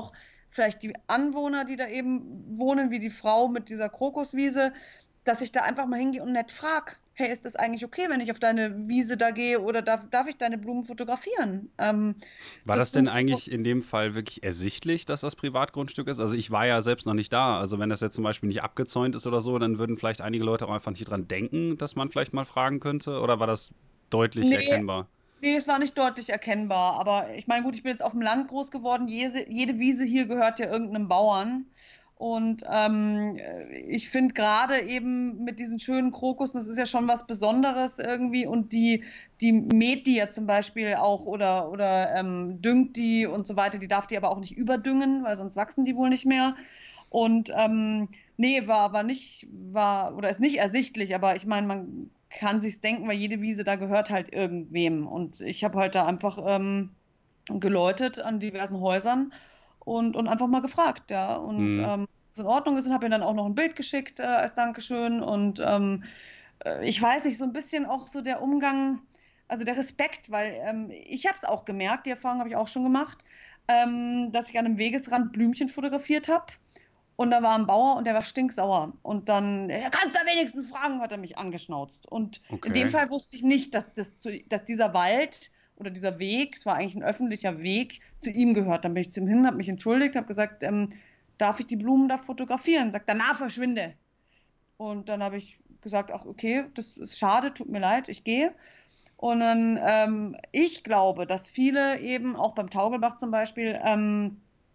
Speaker 2: vielleicht die Anwohner, die da eben wohnen, wie die Frau mit dieser Krokuswiese, dass ich da einfach mal hingehe und nett frage, hey, ist das eigentlich okay, wenn ich auf deine Wiese da gehe oder darf, darf ich deine Blumen fotografieren? Ähm,
Speaker 1: War das
Speaker 2: das
Speaker 1: denn
Speaker 2: sind so,
Speaker 1: eigentlich in dem Fall wirklich ersichtlich, dass das Privatgrundstück ist? Also ich war ja selbst noch nicht da. Also wenn das jetzt zum Beispiel nicht abgezäunt ist oder so, dann würden vielleicht einige Leute auch einfach nicht dran denken, dass man vielleicht mal fragen könnte. Oder war das deutlich
Speaker 2: nee,
Speaker 1: erkennbar?
Speaker 2: nee, es war nicht deutlich erkennbar, aber ich meine, gut, ich bin jetzt auf dem Land groß geworden. Jede, jede Wiese hier gehört ja irgendeinem Bauern. Und ähm, ich finde gerade eben mit diesen schönen Krokussen, das ist ja schon was Besonderes irgendwie. Und die, die mäht die ja zum Beispiel auch oder, oder ähm, düngt die und so weiter. Die darf die aber auch nicht überdüngen, weil sonst wachsen die wohl nicht mehr. Und ähm, nee, war, war nicht, war oder ist nicht ersichtlich, aber ich meine, man kann sich's denken, weil jede Wiese da gehört halt irgendwem. Und ich habe halt da einfach ähm, geläutet an diversen Häusern und, und einfach mal gefragt, ja. Und
Speaker 1: Mhm.
Speaker 2: ähm, es in Ordnung ist und habe ihr dann auch noch ein Bild geschickt äh, als Dankeschön. Und ähm, äh, ich weiß nicht, so ein bisschen auch so der Umgang, also der Respekt, weil ähm, ich habe es auch gemerkt, die Erfahrung habe ich auch schon gemacht, ähm, dass ich an einem Wegesrand Blümchen fotografiert habe. Und da war ein Bauer und der war stinksauer. Und dann, ja, kannst du da wenigstens fragen, hat er mich angeschnauzt. Und in dem
Speaker 1: Okay.
Speaker 2: Fall wusste ich nicht, dass, das zu, dass dieser Wald oder dieser Weg, es war eigentlich ein öffentlicher Weg, zu ihm gehört. Dann bin ich zu ihm hin, habe mich entschuldigt, habe gesagt, ähm, darf ich die Blumen da fotografieren? Sagt er, na, verschwinde. Und dann habe ich gesagt, ach, okay, das ist schade, tut mir leid, ich gehe. Und dann, ähm, ich glaube, dass viele eben, auch beim Taugelbach zum Beispiel, ähm,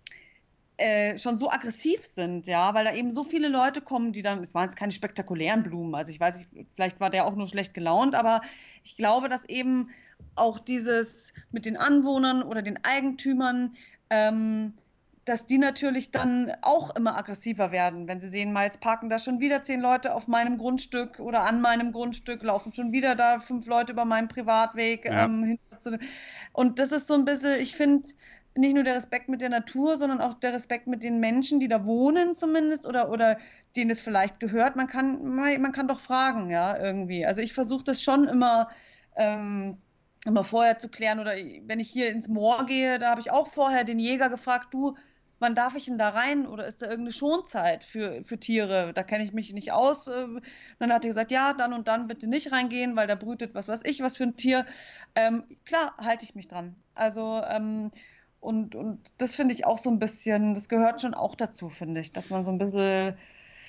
Speaker 2: äh, schon so aggressiv sind, ja, weil da eben so viele Leute kommen, die dann, es waren jetzt keine spektakulären Blumen, also ich weiß nicht, vielleicht war der auch nur schlecht gelaunt, aber ich glaube, dass eben auch dieses mit den Anwohnern oder den Eigentümern, ähm, dass die natürlich dann auch immer aggressiver werden, wenn sie sehen, mal jetzt parken da schon wieder zehn Leute auf meinem Grundstück oder an meinem Grundstück, laufen schon wieder da fünf Leute über meinen Privatweg
Speaker 1: Ja.
Speaker 2: ähm, hinter zu, und das ist so ein bisschen, ich finde, nicht nur der Respekt mit der Natur, sondern auch der Respekt mit den Menschen, die da wohnen zumindest oder, oder denen es vielleicht gehört. Man kann, man, man kann doch fragen, ja, irgendwie. Also ich versuche das schon immer, ähm, immer vorher zu klären. Oder wenn ich hier ins Moor gehe, da habe ich auch vorher den Jäger gefragt, du, wann darf ich denn da rein? Oder ist da irgendeine Schonzeit für, für Tiere? Da kenne ich mich nicht aus. Dann hat er gesagt, ja, dann und dann bitte nicht reingehen, weil da brütet was weiß ich, was für ein Tier. Ähm, klar, halte ich mich dran. Also ähm, und, und das finde ich auch so ein bisschen, das gehört schon auch dazu, finde ich, dass man so ein bisschen,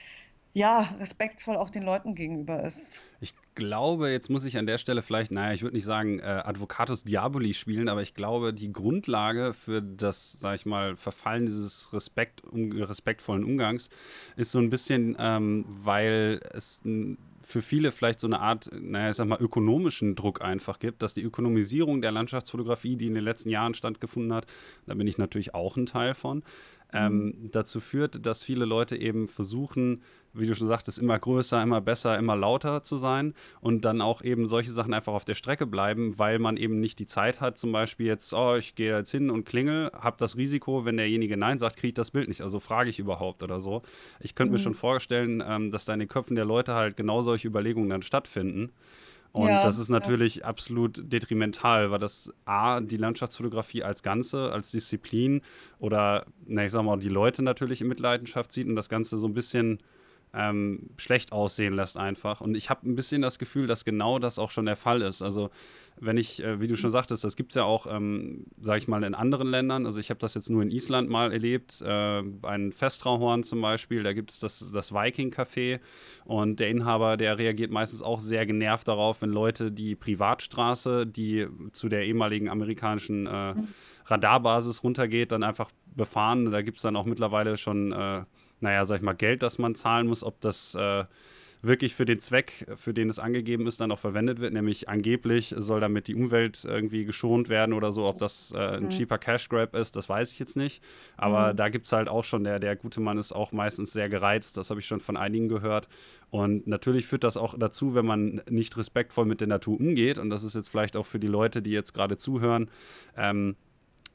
Speaker 2: ja, respektvoll auch den Leuten gegenüber ist.
Speaker 1: Ich glaube, jetzt muss ich an der Stelle vielleicht, naja, ich würde nicht sagen äh, Advocatus Diaboli spielen, aber ich glaube, die Grundlage für das, sag ich mal, Verfallen dieses Respekt, um, respektvollen Umgangs ist so ein bisschen, ähm, weil es n, für viele vielleicht so eine Art, naja, ich sag mal, ökonomischen Druck einfach gibt, dass die Ökonomisierung der Landschaftsfotografie, die in den letzten Jahren stattgefunden hat, da bin ich natürlich auch ein Teil von,
Speaker 2: Mhm.
Speaker 1: ähm, dazu führt, dass viele Leute eben versuchen, wie du schon sagtest, immer größer, immer besser, immer lauter zu sein und dann auch eben solche Sachen einfach auf der Strecke bleiben, weil man eben nicht die Zeit hat, zum Beispiel jetzt, oh, ich gehe jetzt hin und klingel, habe das Risiko, wenn derjenige Nein sagt, kriege ich das Bild nicht, also frage ich überhaupt oder so. Ich könnte mir schon
Speaker 2: Mhm.
Speaker 1: vorstellen, ähm, dass da in den Köpfen der Leute halt genau solche Überlegungen dann stattfinden. Und das
Speaker 2: Ja,
Speaker 1: ist
Speaker 2: ja.
Speaker 1: natürlich absolut detrimental, weil das A, die Landschaftsfotografie als Ganze, als Disziplin oder, na, ich sag mal, die Leute natürlich in Mitleidenschaft zieht und das Ganze so ein bisschen ähm, schlecht aussehen lässt einfach. Und ich habe ein bisschen das Gefühl, dass genau das auch schon der Fall ist. Also wenn ich, äh, wie du schon sagtest, das gibt es ja auch, ähm, sage ich mal, in anderen Ländern. Also ich habe das jetzt nur in Island mal erlebt. Äh, ein Festrauhorn zum Beispiel, da gibt es das, das Viking-Café und der Inhaber, der reagiert meistens auch sehr genervt darauf, wenn Leute die Privatstraße, die zu der ehemaligen amerikanischen äh, Radarbasis runtergeht, dann einfach befahren. Da gibt es dann auch mittlerweile schon äh, naja, sag ich mal, Geld, das man zahlen muss, ob das äh, wirklich für den Zweck, für den es angegeben ist, dann auch verwendet wird. Nämlich angeblich soll damit die Umwelt irgendwie geschont werden oder so. Ob das äh, ein
Speaker 2: Mhm.
Speaker 1: cheaper Cash Grab ist, das weiß ich jetzt nicht. Aber
Speaker 2: Mhm.
Speaker 1: da gibt es halt auch schon, der, der gute Mann ist auch meistens sehr gereizt. Das habe ich schon von einigen gehört. Und natürlich führt das auch dazu, wenn man nicht respektvoll mit der Natur umgeht. Und das ist jetzt vielleicht auch für die Leute, die jetzt gerade zuhören, ähm,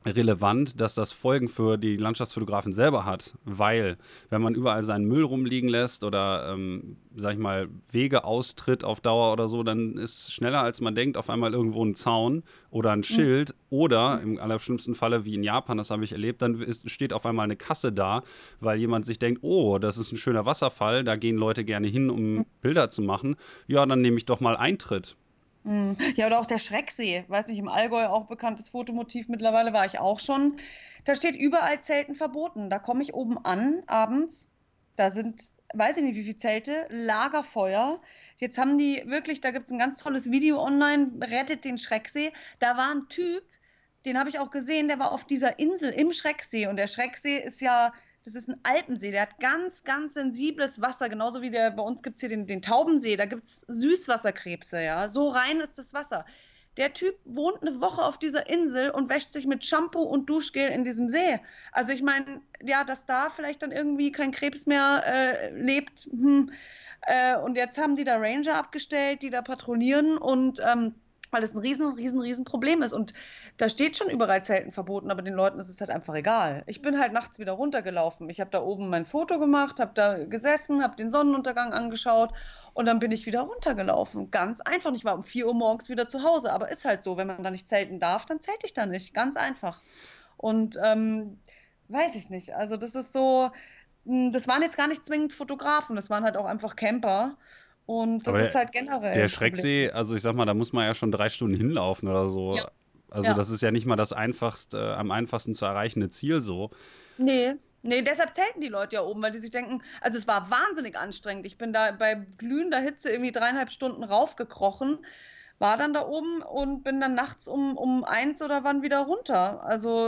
Speaker 1: relevant, dass das Folgen für die Landschaftsfotografen selber hat, weil wenn man überall seinen Müll rumliegen lässt oder, ähm, sag ich mal, Wege austritt auf Dauer oder so, dann ist schneller als man denkt auf einmal irgendwo ein Zaun oder ein Schild oder im allerschlimmsten Falle wie in Japan, das habe ich erlebt, dann ist, steht auf einmal eine Kasse da, weil jemand sich denkt, oh, das ist ein schöner Wasserfall, da gehen Leute gerne hin, um Bilder zu machen, ja, dann nehme ich doch mal Eintritt.
Speaker 2: Mhm. Ja, oder auch der Schrecksee, weiß nicht, im Allgäu auch bekanntes Fotomotiv, mittlerweile war ich auch schon. Da steht überall Zelten verboten. Da komme ich oben an, abends, da sind, weiß ich nicht, wie viele Zelte, Lagerfeuer. Jetzt haben die wirklich, da gibt es ein ganz tolles Video online, rettet den Schrecksee. Da war ein Typ, den habe ich auch gesehen, der war auf dieser Insel im Schrecksee. Und der Schrecksee ist ja, das ist ein Alpensee, der hat ganz, ganz sensibles Wasser, genauso wie der, bei uns gibt es hier den, den Taubensee, da gibt es Süßwasserkrebse, ja. So rein ist das Wasser. Der Typ wohnt eine Woche auf dieser Insel und wäscht sich mit Shampoo und Duschgel in diesem See. Also ich meine, ja, dass da vielleicht dann irgendwie kein Krebs mehr äh, lebt. Hm. Äh, und jetzt haben die da Ranger abgestellt, die da patrouillieren und ähm, weil das ein riesen, riesen, riesen Problem ist. Und da steht schon überall Zelten verboten, aber den Leuten ist es halt einfach egal. Ich bin halt nachts wieder runtergelaufen. Ich habe da oben mein Foto gemacht, habe da gesessen, habe den Sonnenuntergang angeschaut und dann bin ich wieder runtergelaufen. Ganz einfach. Ich war um vier Uhr morgens wieder zu Hause, aber ist halt so, wenn man da nicht zelten darf, dann zelte ich da nicht. Ganz einfach. Und ähm, weiß ich nicht. Also das ist so, mh, das waren jetzt gar nicht zwingend Fotografen, das waren halt auch einfach Camper. Und das
Speaker 1: Aber
Speaker 2: ist halt generell
Speaker 1: der
Speaker 2: ein Problem.
Speaker 1: Schrecksee, also ich sag mal, da muss man ja schon drei Stunden hinlaufen oder so.
Speaker 2: Ja,
Speaker 1: Also
Speaker 2: ja.
Speaker 1: das ist ja nicht mal das einfachste, äh, am einfachsten zu erreichende Ziel so.
Speaker 2: Nee, nee, deshalb zelten die Leute ja oben, weil die sich denken, also es war wahnsinnig anstrengend. Ich bin da bei glühender Hitze irgendwie dreieinhalb Stunden raufgekrochen, war dann da oben und bin dann nachts um, um eins oder wann wieder runter. Also,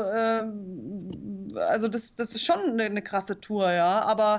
Speaker 2: ähm, also das, das ist schon eine, eine krasse Tour, ja. Aber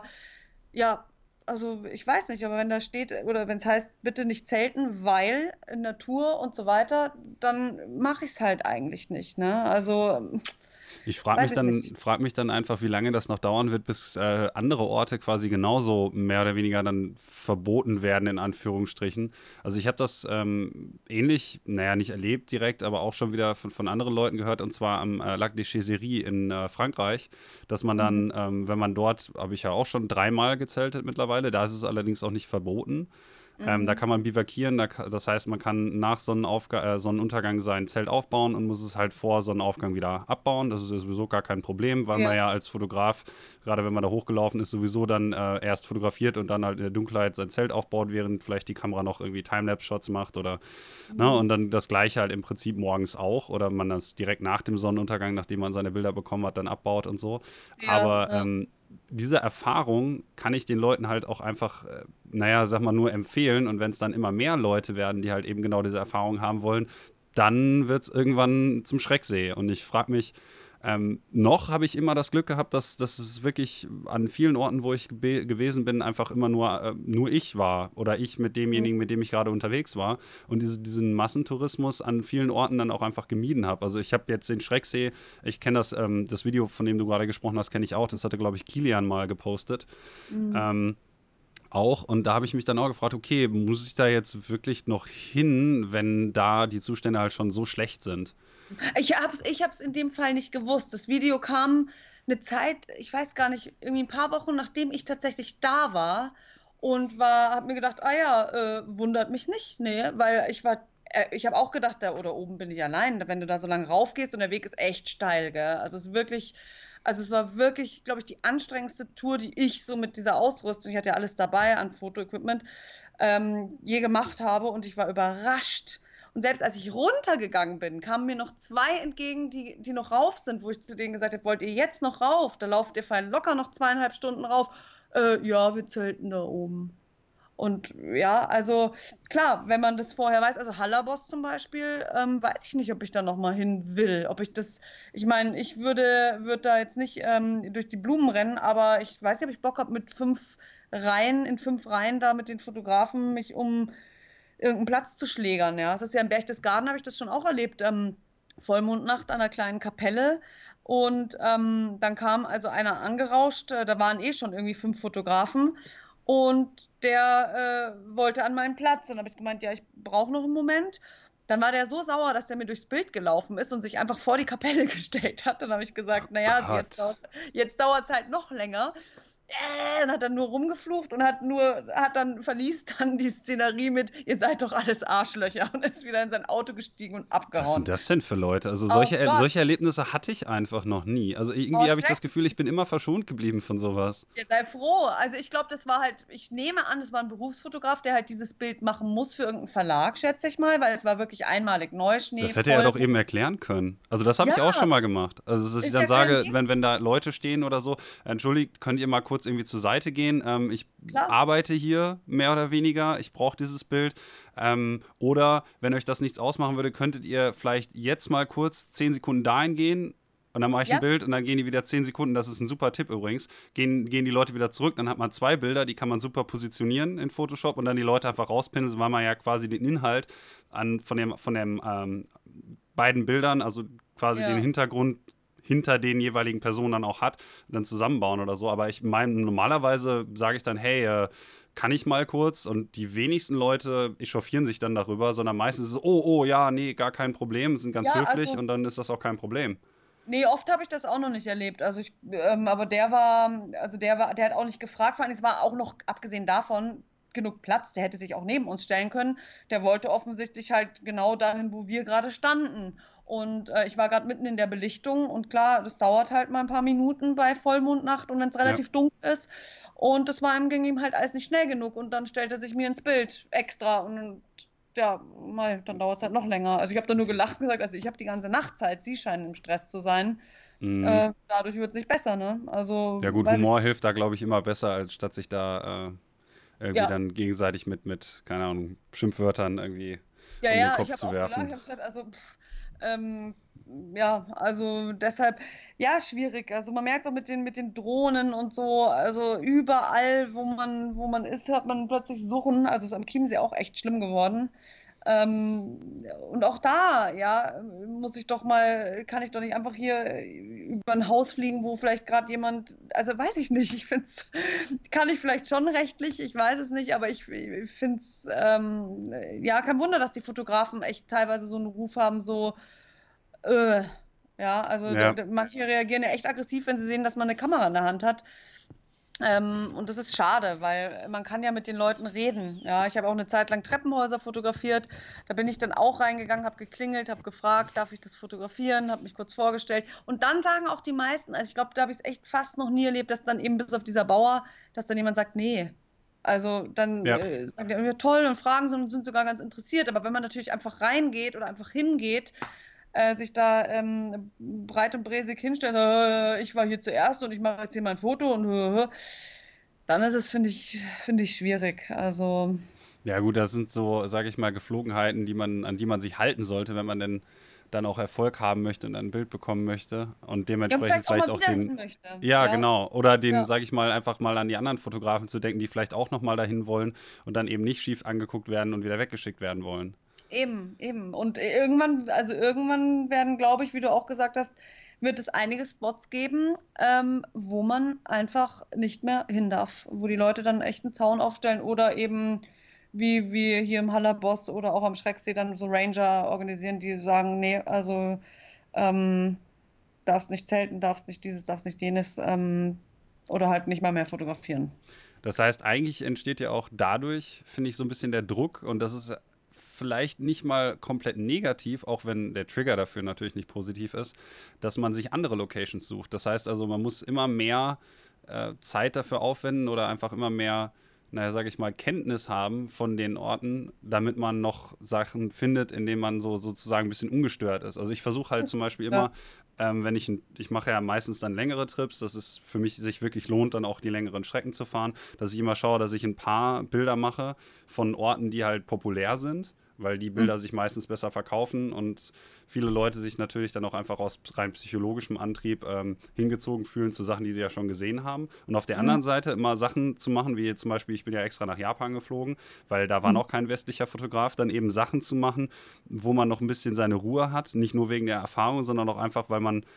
Speaker 2: ja, also ich weiß nicht, aber wenn da steht oder wenn es heißt, bitte nicht zelten, weil Natur und so weiter, dann mache ich es halt eigentlich nicht, ne? Also,
Speaker 1: Ich frage mich
Speaker 2: weiß ich
Speaker 1: dann,
Speaker 2: nicht.
Speaker 1: frag mich dann einfach, wie lange das noch dauern wird, bis äh, andere Orte quasi genauso mehr oder weniger dann verboten werden, in Anführungsstrichen. Also ich habe das ähm, ähnlich, naja, nicht erlebt direkt, aber auch schon wieder von, von anderen Leuten gehört, und zwar am äh, Lac des Chéseries in äh, Frankreich, dass man
Speaker 2: Mhm.
Speaker 1: dann, ähm, wenn man dort, habe ich ja auch schon dreimal gezeltet mittlerweile, da ist es allerdings auch nicht verboten. Ähm, da
Speaker 2: Mhm.
Speaker 1: kann man bivakieren, da, ka- das heißt, man kann nach Sonnenaufga äh, Sonnenuntergang sein Zelt aufbauen und muss es halt vor Sonnenaufgang wieder abbauen. Das ist ja sowieso gar kein Problem, weil man
Speaker 2: Ja.
Speaker 1: ja als Fotograf, gerade wenn man da hochgelaufen ist, sowieso dann äh, erst fotografiert und dann halt in der Dunkelheit sein Zelt aufbaut, während vielleicht die Kamera noch irgendwie Timelapse-Shots macht oder, ne,
Speaker 2: Mhm.
Speaker 1: und dann das Gleiche halt im Prinzip morgens auch oder man das direkt nach dem Sonnenuntergang, nachdem man seine Bilder bekommen hat, dann abbaut und so.
Speaker 2: Ja,
Speaker 1: Aber
Speaker 2: ja.
Speaker 1: ähm, diese Erfahrung kann ich den Leuten halt auch einfach, äh, naja, sag mal, nur empfehlen. Und wenn es dann immer mehr Leute werden, die halt eben genau diese Erfahrung haben wollen, dann wird es irgendwann zum Schrecksee. Und ich frage mich, ähm, noch habe ich immer das Glück gehabt, dass, dass es wirklich an vielen Orten, wo ich gebe- gewesen bin, einfach immer nur, äh, nur ich war oder ich mit demjenigen, mit dem ich gerade unterwegs war und diese, diesen Massentourismus an vielen Orten dann auch einfach gemieden habe. Also ich habe jetzt den Schrecksee, ich kenne das, ähm, das Video, von dem du gerade gesprochen hast, kenne ich auch. Das hatte, glaube ich, Kilian mal gepostet.
Speaker 2: Mhm.
Speaker 1: Ähm, auch. Und da habe ich mich dann auch gefragt, okay, muss ich da jetzt wirklich noch hin, wenn da die Zustände halt schon so schlecht sind?
Speaker 2: Ich hab's, ich hab's in dem Fall nicht gewusst. Das Video kam eine Zeit, ich weiß gar nicht, irgendwie ein paar Wochen, nachdem ich tatsächlich da war und war, hab mir gedacht, ah ja, äh, wundert mich nicht, nee, weil ich war, äh, ich habe auch gedacht, da oder oben bin ich allein, wenn du da so lange raufgehst und der Weg ist echt steil, gell? Also es ist wirklich, also es war wirklich, glaube ich, die anstrengendste Tour, die ich so mit dieser Ausrüstung, ich hatte ja alles dabei an Fotoequipment, ähm, je gemacht habe und ich war überrascht. Und selbst als ich runtergegangen bin, kamen mir noch zwei entgegen, die, die noch rauf sind, wo ich zu denen gesagt habe, wollt ihr jetzt noch rauf? Da lauft ihr fein locker noch zweieinhalb Stunden rauf. Äh, ja, wir zelten da oben. Und ja, also klar, wenn man das vorher weiß, also Hallerboss zum Beispiel, ähm, weiß ich nicht, ob ich da noch mal hin will. Ob ich das, ich meine, ich würde, würde da jetzt nicht ähm, durch die Blumen rennen, aber ich weiß nicht, ob ich Bock habe, mit fünf Reihen, in fünf Reihen da mit den Fotografen mich um irgendeinen Platz zu schlägern. Ja, es ist ja im Berchtesgaden, habe ich das schon auch erlebt. Ähm, Vollmondnacht an einer kleinen Kapelle. Und ähm, dann kam also einer angerauscht, äh, da waren eh schon irgendwie fünf Fotografen. Und der äh, wollte an meinen Platz. Und dann habe ich gemeint, ja, ich brauche noch einen Moment. dann war der so sauer, dass der mir durchs Bild gelaufen ist und sich einfach vor die Kapelle gestellt hat. Dann habe ich gesagt, naja, also jetzt dauert jetzt dauert's halt noch länger. Äh, und hat dann nur rumgeflucht und hat nur, hat dann, verließ dann die Szenerie mit, ihr seid doch alles Arschlöcher, und ist wieder in sein Auto gestiegen und abgehauen.
Speaker 1: Was sind das denn für Leute? Also
Speaker 2: Oh
Speaker 1: solche,
Speaker 2: Gott.
Speaker 1: solche Erlebnisse hatte ich einfach noch nie. Also irgendwie
Speaker 2: Oh,
Speaker 1: habe ich das
Speaker 2: schrecklich.
Speaker 1: Gefühl, ich bin immer verschont geblieben von sowas.
Speaker 2: Ja, sei froh. Also ich glaube, das war halt, ich nehme an, das war ein Berufsfotograf, der halt dieses Bild machen muss für irgendeinen Verlag, schätze ich mal, weil es war wirklich einmalig Neuschnee.
Speaker 1: Das hätte er
Speaker 2: voll.
Speaker 1: doch eben erklären können. Also das habe ich
Speaker 2: Ja.
Speaker 1: auch schon mal gemacht. Also dass ich
Speaker 2: Ist
Speaker 1: dann
Speaker 2: ja
Speaker 1: sage,
Speaker 2: kein
Speaker 1: wenn, wenn da Leute stehen oder so, entschuldigt, könnt ihr mal kurz irgendwie zur Seite gehen? Ähm, ich
Speaker 2: Klar.
Speaker 1: arbeite hier mehr oder weniger, ich brauche dieses Bild. Ähm, oder wenn euch das nichts ausmachen würde, könntet ihr vielleicht jetzt mal kurz zehn Sekunden dahin gehen und dann mache ich
Speaker 2: Ja.
Speaker 1: ein Bild und dann gehen die wieder zehn Sekunden, das ist ein super Tipp übrigens, gehen, gehen die Leute wieder zurück, dann hat man zwei Bilder, die kann man super positionieren in Photoshop und dann die Leute einfach rauspinseln, weil man ja quasi den Inhalt an, von dem, von dem ähm, beiden Bildern, also quasi
Speaker 2: Ja.
Speaker 1: den Hintergrund hinter den jeweiligen Personen dann auch hat, dann zusammenbauen oder so. Aber ich meine, normalerweise sage ich dann, hey, äh, kann ich mal kurz? Und die wenigsten Leute echauffieren sich dann darüber, sondern meistens ist es, oh, oh, ja, nee, gar kein Problem, sind ganz
Speaker 2: Ja,
Speaker 1: höflich
Speaker 2: also-
Speaker 1: und dann ist das auch kein Problem.
Speaker 2: Nee, oft habe ich das auch noch nicht erlebt. Also ich, ähm, aber der war, also der war, der hat auch nicht gefragt, vor allem es war auch noch, abgesehen davon, genug Platz, der hätte sich auch neben uns stellen können. Der wollte offensichtlich halt genau dahin, wo wir gerade standen. Und äh, ich war gerade mitten in der Belichtung und klar, das dauert halt mal ein paar Minuten bei Vollmondnacht und wenn es relativ dunkel ist. Und das war ihm, ging ihm halt alles nicht schnell genug und dann stellt er sich mir ins Bild extra und ja, mal, dann dauert es halt noch länger. Also ich habe da nur gelacht und gesagt, also ich habe die ganze Nacht Zeit, Sie scheinen im Stress zu sein.
Speaker 1: Mhm.
Speaker 2: Äh, dadurch wird es nicht besser, ne? Also,
Speaker 1: Ja gut,
Speaker 2: weiß
Speaker 1: Humor hilft da, glaube ich, immer besser, als statt sich da äh, irgendwie
Speaker 2: Ja.
Speaker 1: dann gegenseitig mit, mit, keine Ahnung, Schimpfwörtern irgendwie
Speaker 2: ich, ja,
Speaker 1: um den
Speaker 2: ja,
Speaker 1: Kopf
Speaker 2: ich habe
Speaker 1: zu
Speaker 2: auch
Speaker 1: werfen.
Speaker 2: gelacht, ich habe gesagt, also, pff, ähm, ja, also deshalb, ja, schwierig. Also man merkt auch mit den, mit den Drohnen und so, also überall, wo man, wo man ist, hört man plötzlich Surren. Also es ist am Chiemsee auch echt schlimm geworden. Ähm, und auch da, ja, muss ich doch mal, kann ich doch nicht einfach hier über ein Haus fliegen, wo vielleicht gerade jemand, also weiß ich nicht, ich finde es, kann ich vielleicht schon rechtlich, ich weiß es nicht, aber ich, ich finde es, ähm, ja, kein Wunder, dass die Fotografen echt teilweise so einen Ruf haben, so, äh, ja, also
Speaker 1: Ja.
Speaker 2: d- d- manche reagieren ja echt aggressiv, wenn sie sehen, dass man eine Kamera in der Hand hat. Ähm, und das ist schade, weil man kann ja mit den Leuten reden. Ja, ich habe auch eine Zeit lang Treppenhäuser fotografiert. Da bin ich dann auch reingegangen, habe geklingelt, habe gefragt, darf ich das fotografieren, habe mich kurz vorgestellt. Und dann sagen auch die meisten, also ich glaube, da habe ich es echt fast noch nie erlebt, dass dann eben bis auf dieser Bauer, dass dann jemand sagt, nee. Also dann
Speaker 1: Ja.
Speaker 2: äh, sagen die, ja, toll und fragen und sind sogar ganz interessiert. Aber wenn man natürlich einfach reingeht oder einfach hingeht, äh, sich da ähm, breit und bräsig hinstellen, äh, ich war hier zuerst und ich mache jetzt hier mein Foto und äh, dann ist es, finde ich, finde ich schwierig. Also,
Speaker 1: Ja gut, das sind so, sage ich mal, Geflogenheiten, die man, an die man sich halten sollte, wenn man denn dann auch Erfolg haben möchte und ein Bild bekommen möchte und
Speaker 2: ja,
Speaker 1: dementsprechend vielleicht
Speaker 2: mal
Speaker 1: auch
Speaker 2: wieder
Speaker 1: den,
Speaker 2: hin möchte.
Speaker 1: ja, genau, oder den,
Speaker 2: Ja.
Speaker 1: sage ich mal, einfach mal an die anderen Fotografen zu denken, die vielleicht auch nochmal dahin wollen und dann eben nicht schief angeguckt werden und wieder weggeschickt werden wollen.
Speaker 2: Eben, eben. Und irgendwann, also irgendwann werden, glaube ich, wie du auch gesagt hast, wird es einige Spots geben, ähm, wo man einfach nicht mehr hin darf, wo die Leute dann echt einen Zaun aufstellen oder eben wie wir hier im Hallerboss oder auch am Schrecksee dann so Ranger organisieren, die sagen, nee, also ähm, darfst nicht zelten, darfst nicht dieses, darfst nicht jenes ähm, oder halt nicht mal mehr fotografieren.
Speaker 1: Das heißt, eigentlich entsteht ja auch dadurch, finde ich, so ein bisschen der Druck und das ist vielleicht nicht mal komplett negativ, auch wenn der Trigger dafür natürlich nicht positiv ist, dass man sich andere Locations sucht. Das heißt also, man muss immer mehr äh, Zeit dafür aufwenden oder einfach immer mehr, naja, sage ich mal, Kenntnis haben von den Orten, damit man noch Sachen findet, in denen man so sozusagen ein bisschen ungestört ist. Also ich versuche halt zum Beispiel immer, ähm, wenn ich, ich mache ja meistens dann längere Trips, dass es für mich sich wirklich lohnt, dann auch die längeren Strecken zu fahren, dass ich immer schaue, dass ich ein paar Bilder mache von Orten, die halt populär sind, weil die Bilder mhm. sich meistens besser verkaufen und viele Leute sich natürlich dann auch einfach aus rein psychologischem Antrieb ähm, hingezogen fühlen zu Sachen, die sie ja schon gesehen haben. Und auf der mhm. anderen Seite immer Sachen zu machen, wie zum Beispiel, ich bin ja extra nach Japan geflogen, weil da war mhm. noch kein westlicher Fotograf, dann eben Sachen zu machen, wo man noch ein bisschen seine Ruhe hat, nicht nur wegen der Erfahrung, sondern auch einfach, weil man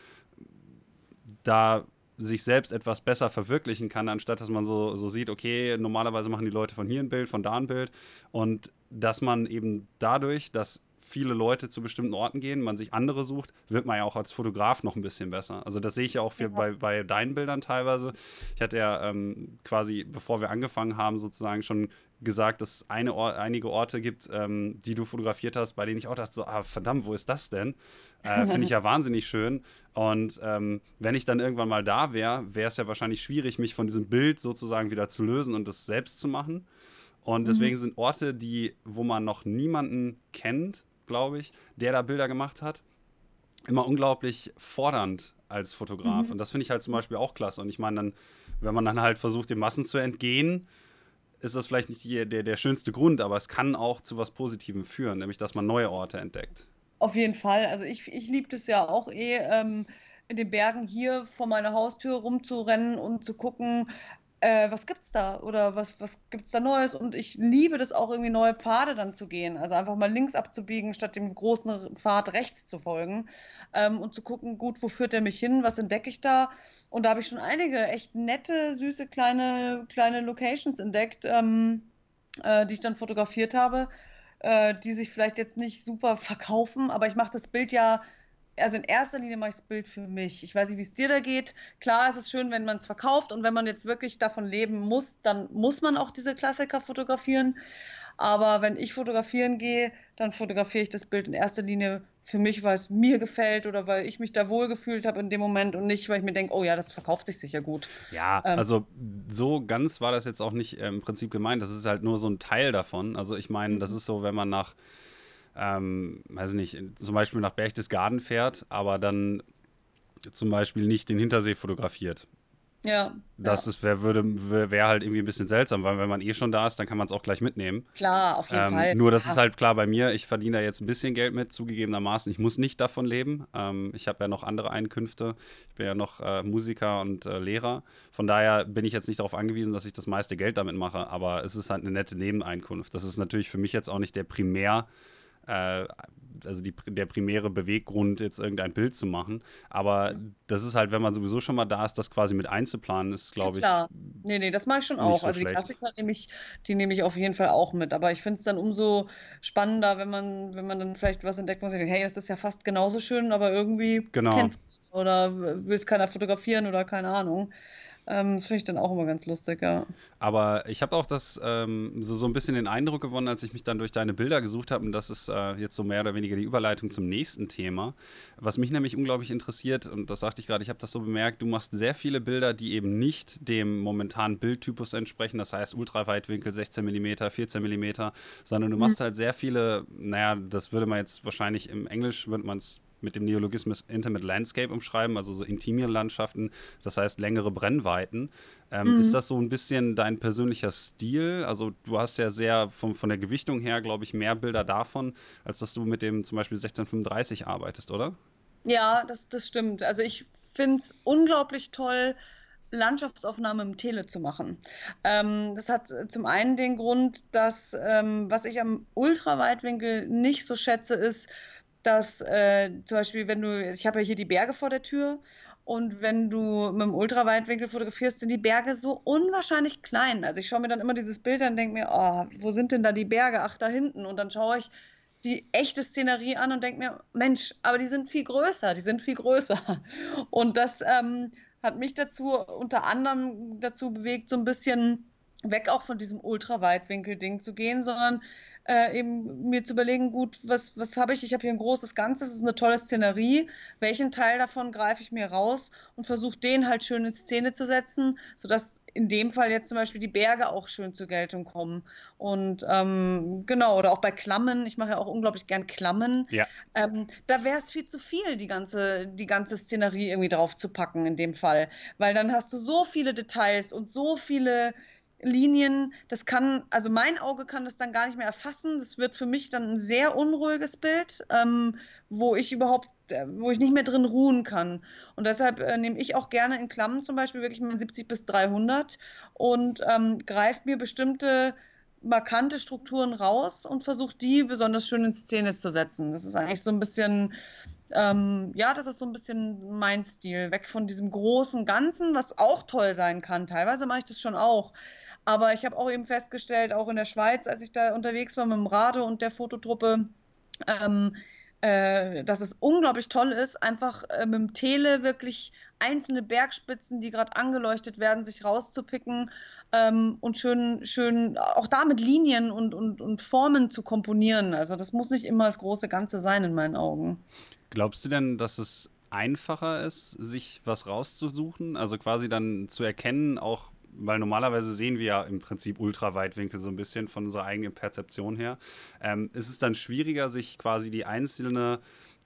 Speaker 1: da sich selbst etwas besser verwirklichen kann, anstatt dass man so, so sieht, okay, normalerweise machen die Leute von hier ein Bild, von da ein Bild und dass man eben dadurch, dass viele Leute zu bestimmten Orten gehen, man sich andere sucht, wird man ja auch als Fotograf noch ein bisschen besser. Also das sehe ich ja auch für, ja. Bei, bei deinen Bildern teilweise. Ich hatte ja ähm, quasi, bevor wir angefangen haben, sozusagen schon gesagt, dass es eine Or- einige Orte gibt, ähm, die du fotografiert hast, bei denen ich auch dachte, so, ah, verdammt, wo ist das denn? Äh, Finde ich ja wahnsinnig schön. Und ähm, wenn ich dann irgendwann mal da wäre, wäre es ja wahrscheinlich schwierig, mich von diesem Bild sozusagen wieder zu lösen und das selbst zu machen. Und deswegen mhm. sind Orte, die, wo man noch niemanden kennt, glaube ich, der da Bilder gemacht hat, immer unglaublich fordernd als Fotograf. Mhm. Und das finde ich halt zum Beispiel auch klasse. Und ich meine, dann, wenn man dann halt versucht, den Massen zu entgehen, ist das vielleicht nicht die, der, der schönste Grund, aber es kann auch zu was Positivem führen, nämlich, dass man neue Orte entdeckt.
Speaker 2: Auf jeden Fall. Also ich, ich liebe das ja auch eh, ähm, in den Bergen hier vor meiner Haustür rumzurennen und zu gucken, äh, was gibt's da oder was, was gibt's da Neues? Und ich liebe das auch, irgendwie neue Pfade dann zu gehen. Also einfach mal links abzubiegen, statt dem großen Pfad rechts zu folgen, ähm, und zu gucken, gut, wo führt der mich hin? Was entdecke ich da? Und da habe ich schon einige echt nette, süße, kleine, kleine Locations entdeckt, ähm, äh, die ich dann fotografiert habe, äh, die sich vielleicht jetzt nicht super verkaufen, aber ich mache das Bild ja, also in erster Linie mache ich das Bild für mich. Ich weiß nicht, wie es dir da geht. Klar, es ist schön, wenn man es verkauft und wenn man jetzt wirklich davon leben muss, dann muss man auch diese Klassiker fotografieren. Aber wenn ich fotografieren gehe, dann fotografiere ich das Bild in erster Linie für mich, weil es mir gefällt oder weil ich mich da wohlgefühlt habe in dem Moment und nicht, weil ich mir denke, oh ja, das verkauft sich sicher gut.
Speaker 1: Ja, ähm, also so ganz war das jetzt auch nicht äh, im Prinzip gemeint. Das ist halt nur so ein Teil davon. Also ich meine, mhm. das ist so, wenn man nach Ähm, weiß nicht, zum Beispiel nach Berchtesgaden fährt, aber dann zum Beispiel nicht den Hintersee fotografiert.
Speaker 2: Ja.
Speaker 1: Das
Speaker 2: ja.
Speaker 1: ist, wär, würde, wäre halt irgendwie ein bisschen seltsam, weil wenn man eh schon da ist, dann kann man es auch gleich mitnehmen.
Speaker 2: Klar, auf jeden
Speaker 1: ähm,
Speaker 2: Fall.
Speaker 1: Nur das
Speaker 2: ja.
Speaker 1: ist halt klar bei mir, ich verdiene da jetzt ein bisschen Geld mit, zugegebenermaßen. Ich muss nicht davon leben. Ähm, ich habe ja noch andere Einkünfte. Ich bin ja noch äh, Musiker und äh, Lehrer. Von daher bin ich jetzt nicht darauf angewiesen, dass ich das meiste Geld damit mache, aber es ist halt eine nette Nebeneinkunft. Das ist natürlich für mich jetzt auch nicht der Primär also die, der primäre Beweggrund, jetzt irgendein Bild zu machen. Aber das ist halt, wenn man sowieso schon mal da ist, das quasi mit einzuplanen, ist, glaube
Speaker 2: ja,
Speaker 1: ich.
Speaker 2: Nee, nee, das mache ich schon auch.
Speaker 1: So
Speaker 2: also die
Speaker 1: schlecht.
Speaker 2: Klassiker nehme ich, die nehme ich auf jeden Fall auch mit. Aber ich finde es dann umso spannender, wenn man, wenn man dann vielleicht was entdeckt, wo man sich denkt, hey, das ist ja fast genauso schön, aber irgendwie
Speaker 1: genau.
Speaker 2: kennt es oder will es keiner fotografieren oder keine Ahnung. Ähm, das finde ich dann auch immer ganz lustig, ja.
Speaker 1: Aber ich habe auch das ähm, so, so ein bisschen den Eindruck gewonnen, als ich mich dann durch deine Bilder gesucht habe, und das ist äh, jetzt so mehr oder weniger die Überleitung zum nächsten Thema, was mich nämlich unglaublich interessiert, und das sagte ich gerade, ich habe das so bemerkt, du machst sehr viele Bilder, die eben nicht dem momentanen Bildtypus entsprechen, das heißt Ultraweitwinkel, sechzehn Millimeter, vierzehn Millimeter, sondern du machst mhm. halt sehr viele, naja, das würde man jetzt wahrscheinlich im Englisch, würde man es mit dem Neologismus Intimate Landscape umschreiben, also so intime Landschaften, das heißt längere Brennweiten. Ähm, mhm. Ist das so ein bisschen dein persönlicher Stil? Also du hast ja sehr von, von der Gewichtung her, glaube ich, mehr Bilder davon, als dass du mit dem zum Beispiel sechzehn fünfunddreißig arbeitest, oder?
Speaker 2: Ja, das, das stimmt. Also ich finde es unglaublich toll, Landschaftsaufnahme im Tele zu machen. Ähm, das hat zum einen den Grund, dass ähm, was ich am Ultraweitwinkel nicht so schätze, ist, dass äh, zum Beispiel, wenn du, ich habe ja hier die Berge vor der Tür und wenn du mit dem Ultraweitwinkel fotografierst, sind die Berge so unwahrscheinlich klein. Also ich schaue mir dann immer dieses Bild an und denke mir, oh, wo sind denn da die Berge? Ach, da hinten. Und dann schaue ich die echte Szenerie an und denke mir, Mensch, aber die sind viel größer, die sind viel größer. Und das ähm, hat mich dazu, unter anderem dazu bewegt, so ein bisschen weg auch von diesem Ultraweitwinkel-Ding zu gehen, sondern äh, eben mir zu überlegen, gut, was, was habe ich? Ich habe hier ein großes Ganzes, es ist eine tolle Szenerie. Welchen Teil davon greife ich mir raus und versuche den halt schön in Szene zu setzen, sodass in dem Fall jetzt zum Beispiel die Berge auch schön zur Geltung kommen. Und ähm, genau, oder auch bei Klammen, ich mache ja auch unglaublich gern Klammen.
Speaker 1: Ja.
Speaker 2: Ähm, da wäre es viel zu viel, die ganze, die ganze Szenerie irgendwie drauf zu packen in dem Fall. Weil dann hast du so viele Details und so viele Linien, das kann, also mein Auge kann das dann gar nicht mehr erfassen. Das wird für mich dann ein sehr unruhiges Bild, ähm, wo ich überhaupt, äh, wo ich nicht mehr drin ruhen kann. Und deshalb äh, nehme ich auch gerne in Klammen zum Beispiel wirklich mal siebzig bis dreihundert und ähm, greife mir bestimmte markante Strukturen raus und versuche die besonders schön in Szene zu setzen. Das ist eigentlich so ein bisschen, ähm, ja, das ist so ein bisschen mein Stil. Weg von diesem großen Ganzen, was auch toll sein kann. Teilweise mache ich das schon auch. Aber ich habe auch eben festgestellt, auch in der Schweiz, als ich da unterwegs war mit dem Rade und der Fototruppe, ähm, äh, dass es unglaublich toll ist, einfach äh, mit dem Tele wirklich einzelne Bergspitzen, die gerade angeleuchtet werden, sich rauszupicken ähm, und schön, schön auch da mit Linien und, und, und Formen zu komponieren. Also das muss nicht immer das große Ganze sein in meinen Augen.
Speaker 1: Glaubst du denn, dass es einfacher ist, sich was rauszusuchen? Also quasi dann zu erkennen, auch weil normalerweise sehen wir ja im Prinzip Ultraweitwinkel so ein bisschen von unserer eigenen Perzeption her. Ähm, ist es dann schwieriger, sich quasi die einzelne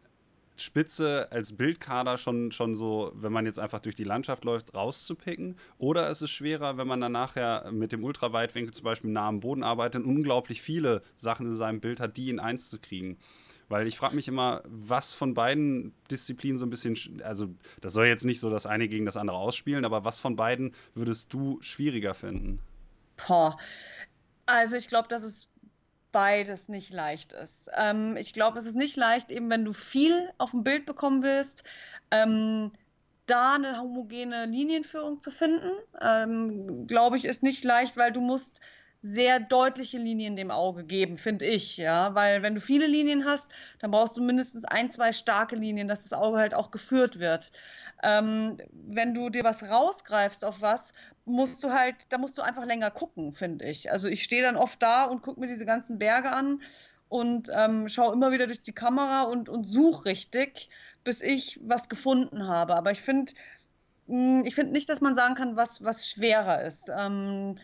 Speaker 1: Spitze als Bildkader schon, schon so, wenn man jetzt einfach durch die Landschaft läuft, rauszupicken? Oder ist es schwerer, wenn man dann nachher mit dem Ultraweitwinkel zum Beispiel nah am Boden arbeitet und unglaublich viele Sachen in seinem Bild hat, die in eins zu kriegen? Weil ich frage mich immer, was von beiden Disziplinen so ein bisschen, also das soll jetzt nicht so das eine gegen das andere ausspielen, aber was von beiden würdest du schwieriger finden?
Speaker 2: Boah. Also ich glaube, dass es beides nicht leicht ist. Ähm, ich glaube, es ist nicht leicht, eben wenn du viel auf dem Bild bekommen willst, ähm, da eine homogene Linienführung zu finden. Ähm, glaube ich, ist nicht leicht, weil du musst sehr deutliche Linien dem Auge geben, finde ich, ja, weil wenn du viele Linien hast, dann brauchst du mindestens ein, zwei starke Linien, dass das Auge halt auch geführt wird. Ähm, wenn du dir was rausgreifst auf was, musst du halt, da musst du einfach länger gucken, finde ich. Also ich stehe dann oft da und gucke mir diese ganzen Berge an und ähm, schaue immer wieder durch die Kamera und, und suche richtig, bis ich was gefunden habe. Aber ich finde, ich finde nicht, dass man sagen kann, was, was schwerer ist. Ähm,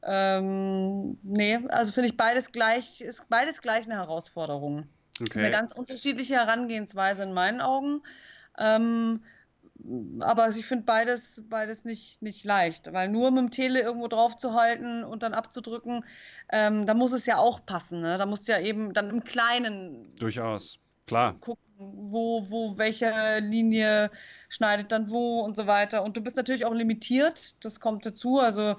Speaker 2: ähm, nee, also finde ich beides gleich, ist beides gleich eine Herausforderung. Das ist eine
Speaker 1: Okay.
Speaker 2: ganz unterschiedliche Herangehensweise in meinen Augen. Ähm, aber ich finde beides, beides nicht, nicht leicht, weil nur mit dem Tele irgendwo drauf zu halten und dann abzudrücken, ähm, da muss es ja auch passen, ne? Da musst du ja eben dann im Kleinen
Speaker 1: Durchaus. Klar.
Speaker 2: gucken, wo, wo, welche Linie schneidet dann wo und so weiter. Und du bist natürlich auch limitiert, das kommt dazu. Also,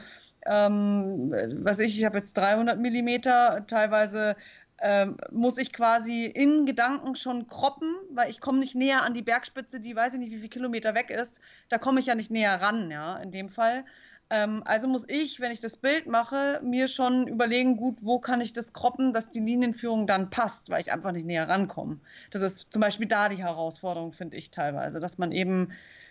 Speaker 2: ähm, was ich, ich habe jetzt dreihundert Millimeter, teilweise ähm, muss ich quasi in Gedanken schon kroppen, weil ich komme nicht näher an die Bergspitze, die weiß ich nicht, wie viele Kilometer weg ist. Da komme ich ja nicht näher ran, ja, in dem Fall. Ähm, also muss ich, wenn ich das Bild mache, mir schon überlegen, gut, wo kann ich das kroppen, dass die Linienführung dann passt, weil ich einfach nicht näher rankomme. Das ist zum Beispiel da die Herausforderung, finde ich teilweise, dass man eben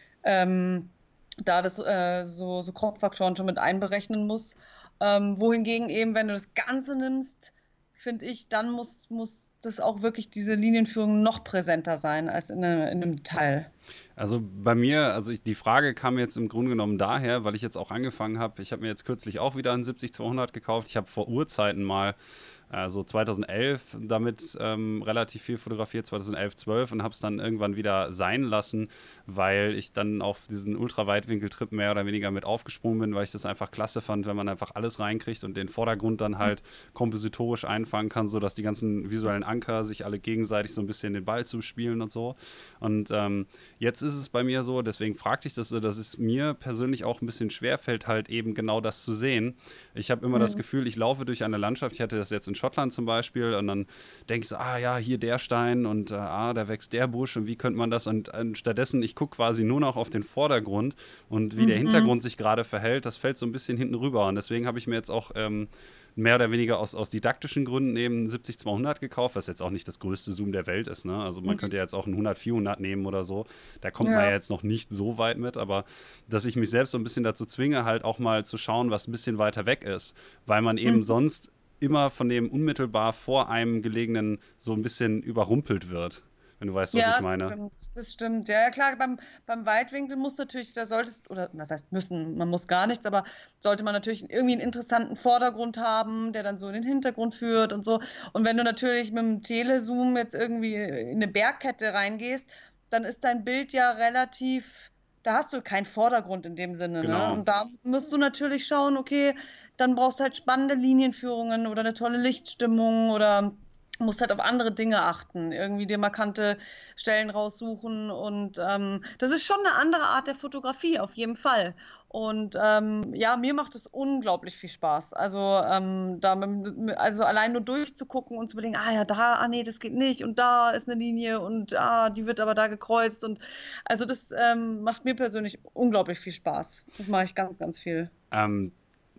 Speaker 2: ähm, da das äh, so, so Kropffaktoren schon mit einberechnen muss. Ähm, wohingegen eben, wenn du das Ganze nimmst, finde ich, dann muss, muss das auch wirklich diese Linienführung noch präsenter sein als in, eine, in einem Detail.
Speaker 1: Also bei mir, also ich, die Frage kam jetzt im Grunde genommen daher, weil ich jetzt auch angefangen habe, ich habe mir jetzt kürzlich auch wieder einen siebzig zweihundert gekauft. Ich habe vor Urzeiten mal äh, so zweitausendelf damit ähm, relativ viel fotografiert, zweitausendelf, zwölf und habe es dann irgendwann wieder sein lassen, weil ich dann auf diesen Ultraweitwinkeltrip mehr oder weniger mit aufgesprungen bin, weil ich das einfach klasse fand, wenn man einfach alles reinkriegt und den Vordergrund dann halt kompositorisch einfangen kann, sodass die ganzen visuellen Anker sich alle gegenseitig so ein bisschen den Ball zuspielen und so. Und ähm, jetzt ist es bei mir so, deswegen fragte ich das, dass es mir persönlich auch ein bisschen schwerfällt, halt eben genau das zu sehen. Ich habe immer das
Speaker 2: Mhm.
Speaker 1: Gefühl, ich laufe durch eine Landschaft, ich hatte das jetzt in Schottland zum Beispiel und dann denke ich so, ah ja, hier der Stein und äh, ah, da wächst der Busch und wie könnte man das und äh, stattdessen, ich gucke quasi nur noch auf den Vordergrund und wie der
Speaker 2: Mhm.
Speaker 1: Hintergrund sich gerade verhält, das fällt so ein bisschen hinten rüber und deswegen habe ich mir jetzt auch ähm, mehr oder weniger aus, aus didaktischen Gründen eben siebzig zweihundert gekauft, was jetzt auch nicht das größte Zoom der Welt ist. Ne? Also man könnte ja jetzt auch einen hundert vierhundert nehmen oder so. Da kommt man ja
Speaker 2: Ja.
Speaker 1: jetzt noch nicht so weit mit, aber dass ich mich selbst so ein bisschen dazu zwinge, halt auch mal zu schauen, was ein bisschen weiter weg ist, weil man eben
Speaker 2: Mhm.
Speaker 1: sonst immer von dem unmittelbar vor einem gelegenen so ein bisschen überrumpelt wird, wenn du weißt, was ich
Speaker 2: Ja, das
Speaker 1: meine.
Speaker 2: stimmt, das stimmt. Ja, ja, klar, beim, beim Weitwinkel muss natürlich, da solltest, oder was heißt müssen, man muss gar nichts, aber sollte man natürlich irgendwie einen interessanten Vordergrund haben, der dann so in den Hintergrund führt und so. Und wenn du natürlich mit dem Telezoom jetzt irgendwie in eine Bergkette reingehst, dann ist dein Bild ja relativ, da hast du keinen Vordergrund in dem Sinne, ne?
Speaker 1: Genau.
Speaker 2: Und da musst du natürlich schauen, okay, dann brauchst du halt spannende Linienführungen oder eine tolle Lichtstimmung oder musst halt auf andere Dinge achten, irgendwie dir markante Stellen raussuchen und ähm, das ist schon eine andere Art der Fotografie, auf jeden Fall. Und ähm, ja, mir macht es unglaublich viel Spaß. Also, ähm, da, mit- also allein nur durchzugucken und zu überlegen, ah ja, da, ah nee, das geht nicht und da ist eine Linie und ah, die wird aber da gekreuzt und also das ähm, macht mir persönlich unglaublich viel Spaß. Das mache ich ganz, ganz viel.
Speaker 1: Ähm,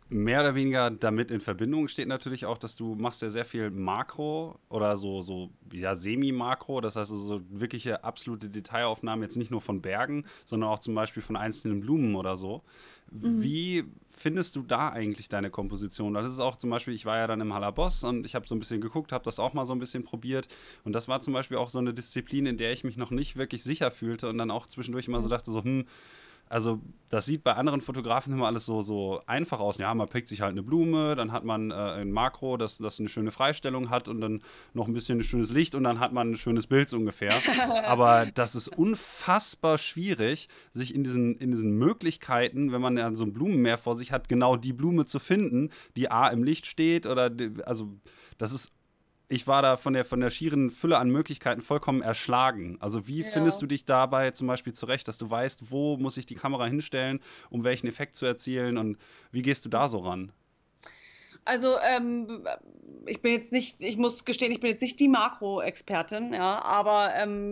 Speaker 1: mehr oder weniger damit in Verbindung steht natürlich auch, dass du machst ja sehr viel Makro oder so, so ja, Semi-Makro, das heißt also so wirkliche absolute Detailaufnahmen jetzt nicht nur von Bergen, sondern auch zum Beispiel von einzelnen Blumen oder so.
Speaker 2: Mhm.
Speaker 1: Wie findest du da eigentlich deine Komposition? Das ist auch zum Beispiel, ich war ja dann im Halabos und ich habe so ein bisschen geguckt, habe das auch mal so ein bisschen probiert und das war zum Beispiel auch so eine Disziplin, in der ich mich noch nicht wirklich sicher fühlte und dann auch zwischendurch immer so dachte so, hm, also das sieht bei anderen Fotografen immer alles so, so einfach aus. Ja, man pickt sich halt eine Blume, dann hat man äh, ein Makro, das, das eine schöne Freistellung hat und dann noch ein bisschen ein schönes Licht und dann hat man ein schönes Bild so ungefähr. Aber das ist unfassbar schwierig, sich in diesen, in diesen Möglichkeiten, wenn man ja so ein Blumenmeer vor sich hat, genau die Blume zu finden, die A im Licht steht oder die, also das ist ich war da von der, von der schieren Fülle an Möglichkeiten vollkommen erschlagen. Also wie findest
Speaker 2: Ja.
Speaker 1: du dich dabei zum Beispiel zurecht, dass du weißt, wo muss ich die Kamera hinstellen, um welchen Effekt zu erzielen und wie gehst du da so ran?
Speaker 2: Also ähm, ich bin jetzt nicht, ich muss gestehen, ich bin jetzt nicht die Makro-Expertin, ja, aber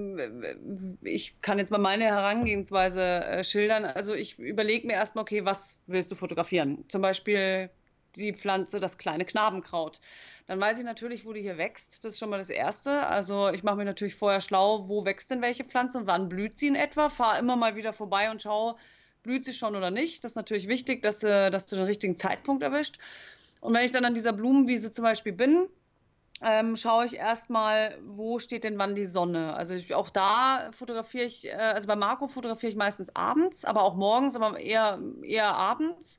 Speaker 2: ähm, ich kann jetzt mal meine Herangehensweise äh, schildern. Also ich überlege mir erstmal, okay, was willst du fotografieren? Zum Beispiel die Pflanze, das kleine Knabenkraut. Dann weiß ich natürlich, wo die hier wächst. Das ist schon mal das Erste. Also ich mache mir natürlich vorher schlau, wo wächst denn welche Pflanze und wann blüht sie in etwa. Fahre immer mal wieder vorbei und schaue, blüht sie schon oder nicht. Das ist natürlich wichtig, dass, äh, dass du den richtigen Zeitpunkt erwischt. Und wenn ich dann an dieser Blumenwiese zum Beispiel bin, ähm, schaue ich erstmal, wo steht denn wann die Sonne. Also ich, auch da fotografiere ich, äh, also bei Makro fotografiere ich meistens abends, aber auch morgens, aber eher, eher abends.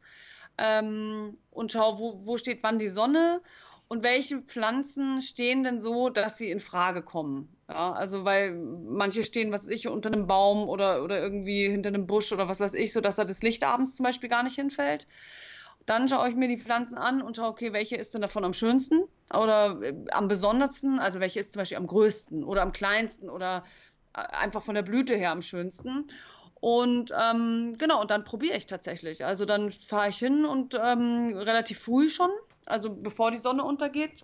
Speaker 2: Ähm, und schaue, wo, wo steht wann die Sonne und welche Pflanzen stehen denn so, dass sie in Frage kommen. Ja, also weil manche stehen, was weiß ich, unter einem Baum oder, oder irgendwie hinter einem Busch oder was weiß ich, so dass da das Licht abends zum Beispiel gar nicht hinfällt. Dann schaue ich mir die Pflanzen an und schaue, okay, welche ist denn davon am schönsten oder äh, am besondersten, also welche ist zum Beispiel am größten oder am kleinsten oder äh, einfach von der Blüte her am schönsten. Und ähm, genau, und dann probiere ich tatsächlich. Also dann fahre ich hin und ähm, relativ früh schon, also bevor die Sonne untergeht,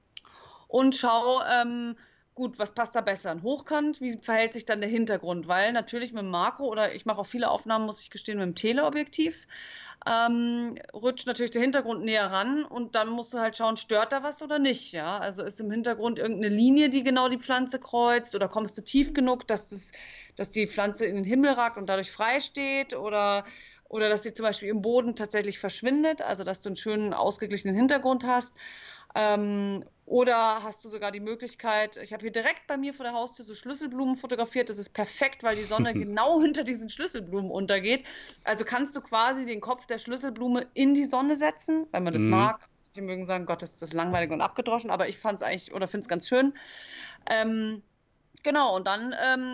Speaker 2: und schaue, ähm, gut, was passt da besser? Ein Hochkant, wie verhält sich dann der Hintergrund? Weil natürlich mit dem Makro oder ich mache auch viele Aufnahmen, muss ich gestehen, mit dem Teleobjektiv, ähm, rutscht natürlich der Hintergrund näher ran und dann musst du halt schauen, stört da was oder nicht, ja? Also ist im Hintergrund irgendeine Linie, die genau die Pflanze kreuzt oder kommst du tief genug, dass, das, dass die Pflanze in den Himmel ragt und dadurch frei steht oder, oder dass sie zum Beispiel im Boden tatsächlich verschwindet, also dass du einen schönen ausgeglichenen Hintergrund hast. Ähm, oder hast du sogar die Möglichkeit, ich habe hier direkt bei mir vor der Haustür so Schlüsselblumen fotografiert. Das ist perfekt, weil die Sonne genau hinter diesen Schlüsselblumen untergeht. Also kannst du quasi den Kopf der Schlüsselblume in die Sonne setzen, wenn man das
Speaker 1: Mhm.
Speaker 2: mag. Die mögen sagen, Gott, das ist langweilig und abgedroschen, aber ich fand es eigentlich oder finde es ganz schön. Ähm, Genau, und dann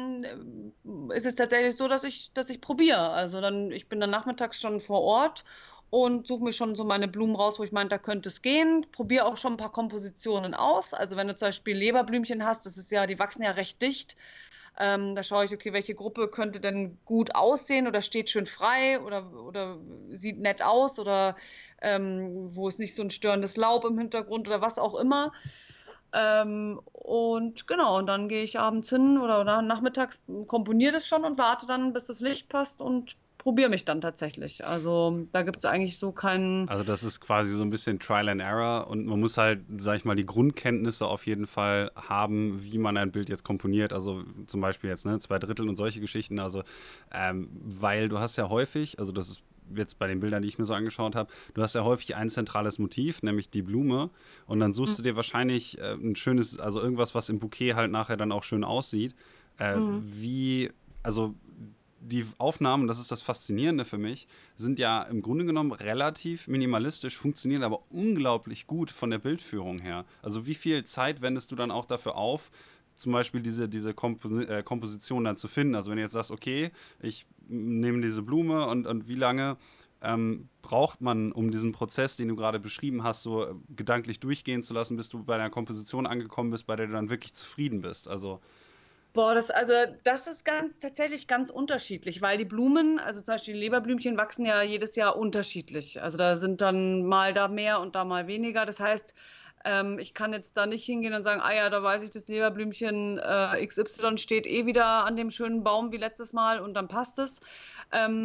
Speaker 2: ähm, ist es tatsächlich so, dass ich, dass ich probiere. Also dann, ich bin dann nachmittags schon vor Ort und suche mir schon so meine Blumen raus, wo ich meine, da könnte es gehen. Probiere auch schon ein paar Kompositionen aus. Also wenn du zum Beispiel Leberblümchen hast, das ist ja, die wachsen ja recht dicht. Ähm, da schaue ich, okay, welche Gruppe könnte denn gut aussehen oder steht schön frei oder, oder sieht nett aus oder ähm, wo ist nicht so ein störendes Laub im Hintergrund oder was auch immer. Ähm, und genau, und dann gehe ich abends hin oder, oder nachmittags komponiere das schon und warte dann, bis das Licht passt und probiere mich dann tatsächlich. Also da gibt es eigentlich so keinen.
Speaker 1: Also das ist quasi so ein bisschen Trial and Error und man muss halt, sag ich mal, die Grundkenntnisse auf jeden Fall haben, wie man ein Bild jetzt komponiert. Also zum Beispiel jetzt, ne, zwei Drittel und solche Geschichten. Also, ähm, weil du hast ja häufig, also das ist jetzt bei den Bildern, die ich mir so angeschaut habe, du hast ja häufig ein zentrales Motiv, nämlich die Blume. Und dann suchst du dir wahrscheinlich äh, ein schönes, also irgendwas, was im Bouquet halt nachher dann auch schön aussieht. Äh,
Speaker 2: Mhm.
Speaker 1: wie, also die Aufnahmen, das ist das Faszinierende für mich, sind ja im Grunde genommen relativ minimalistisch, funktionieren aber unglaublich gut von der Bildführung her. Also wie viel Zeit wendest du dann auch dafür auf, zum Beispiel diese, diese Kompo äh, Komposition dann zu finden? Also wenn du jetzt sagst, okay, ich nehme diese Blume und, und wie lange ähm, braucht man, um diesen Prozess, den du gerade beschrieben hast, so äh, gedanklich durchgehen zu lassen, bis du bei einer Komposition angekommen bist, bei der du dann wirklich zufrieden bist? Also,
Speaker 2: Boah, das, also das ist ganz tatsächlich ganz unterschiedlich, weil die Blumen, also zum Beispiel die Leberblümchen, wachsen ja jedes Jahr unterschiedlich. Also da sind dann mal da mehr und da mal weniger. Das heißt, ähm, ich kann jetzt da nicht hingehen und sagen, ah ja, da weiß ich, das Leberblümchen äh, X Y steht eh wieder an dem schönen Baum wie letztes Mal und dann passt es. Ähm,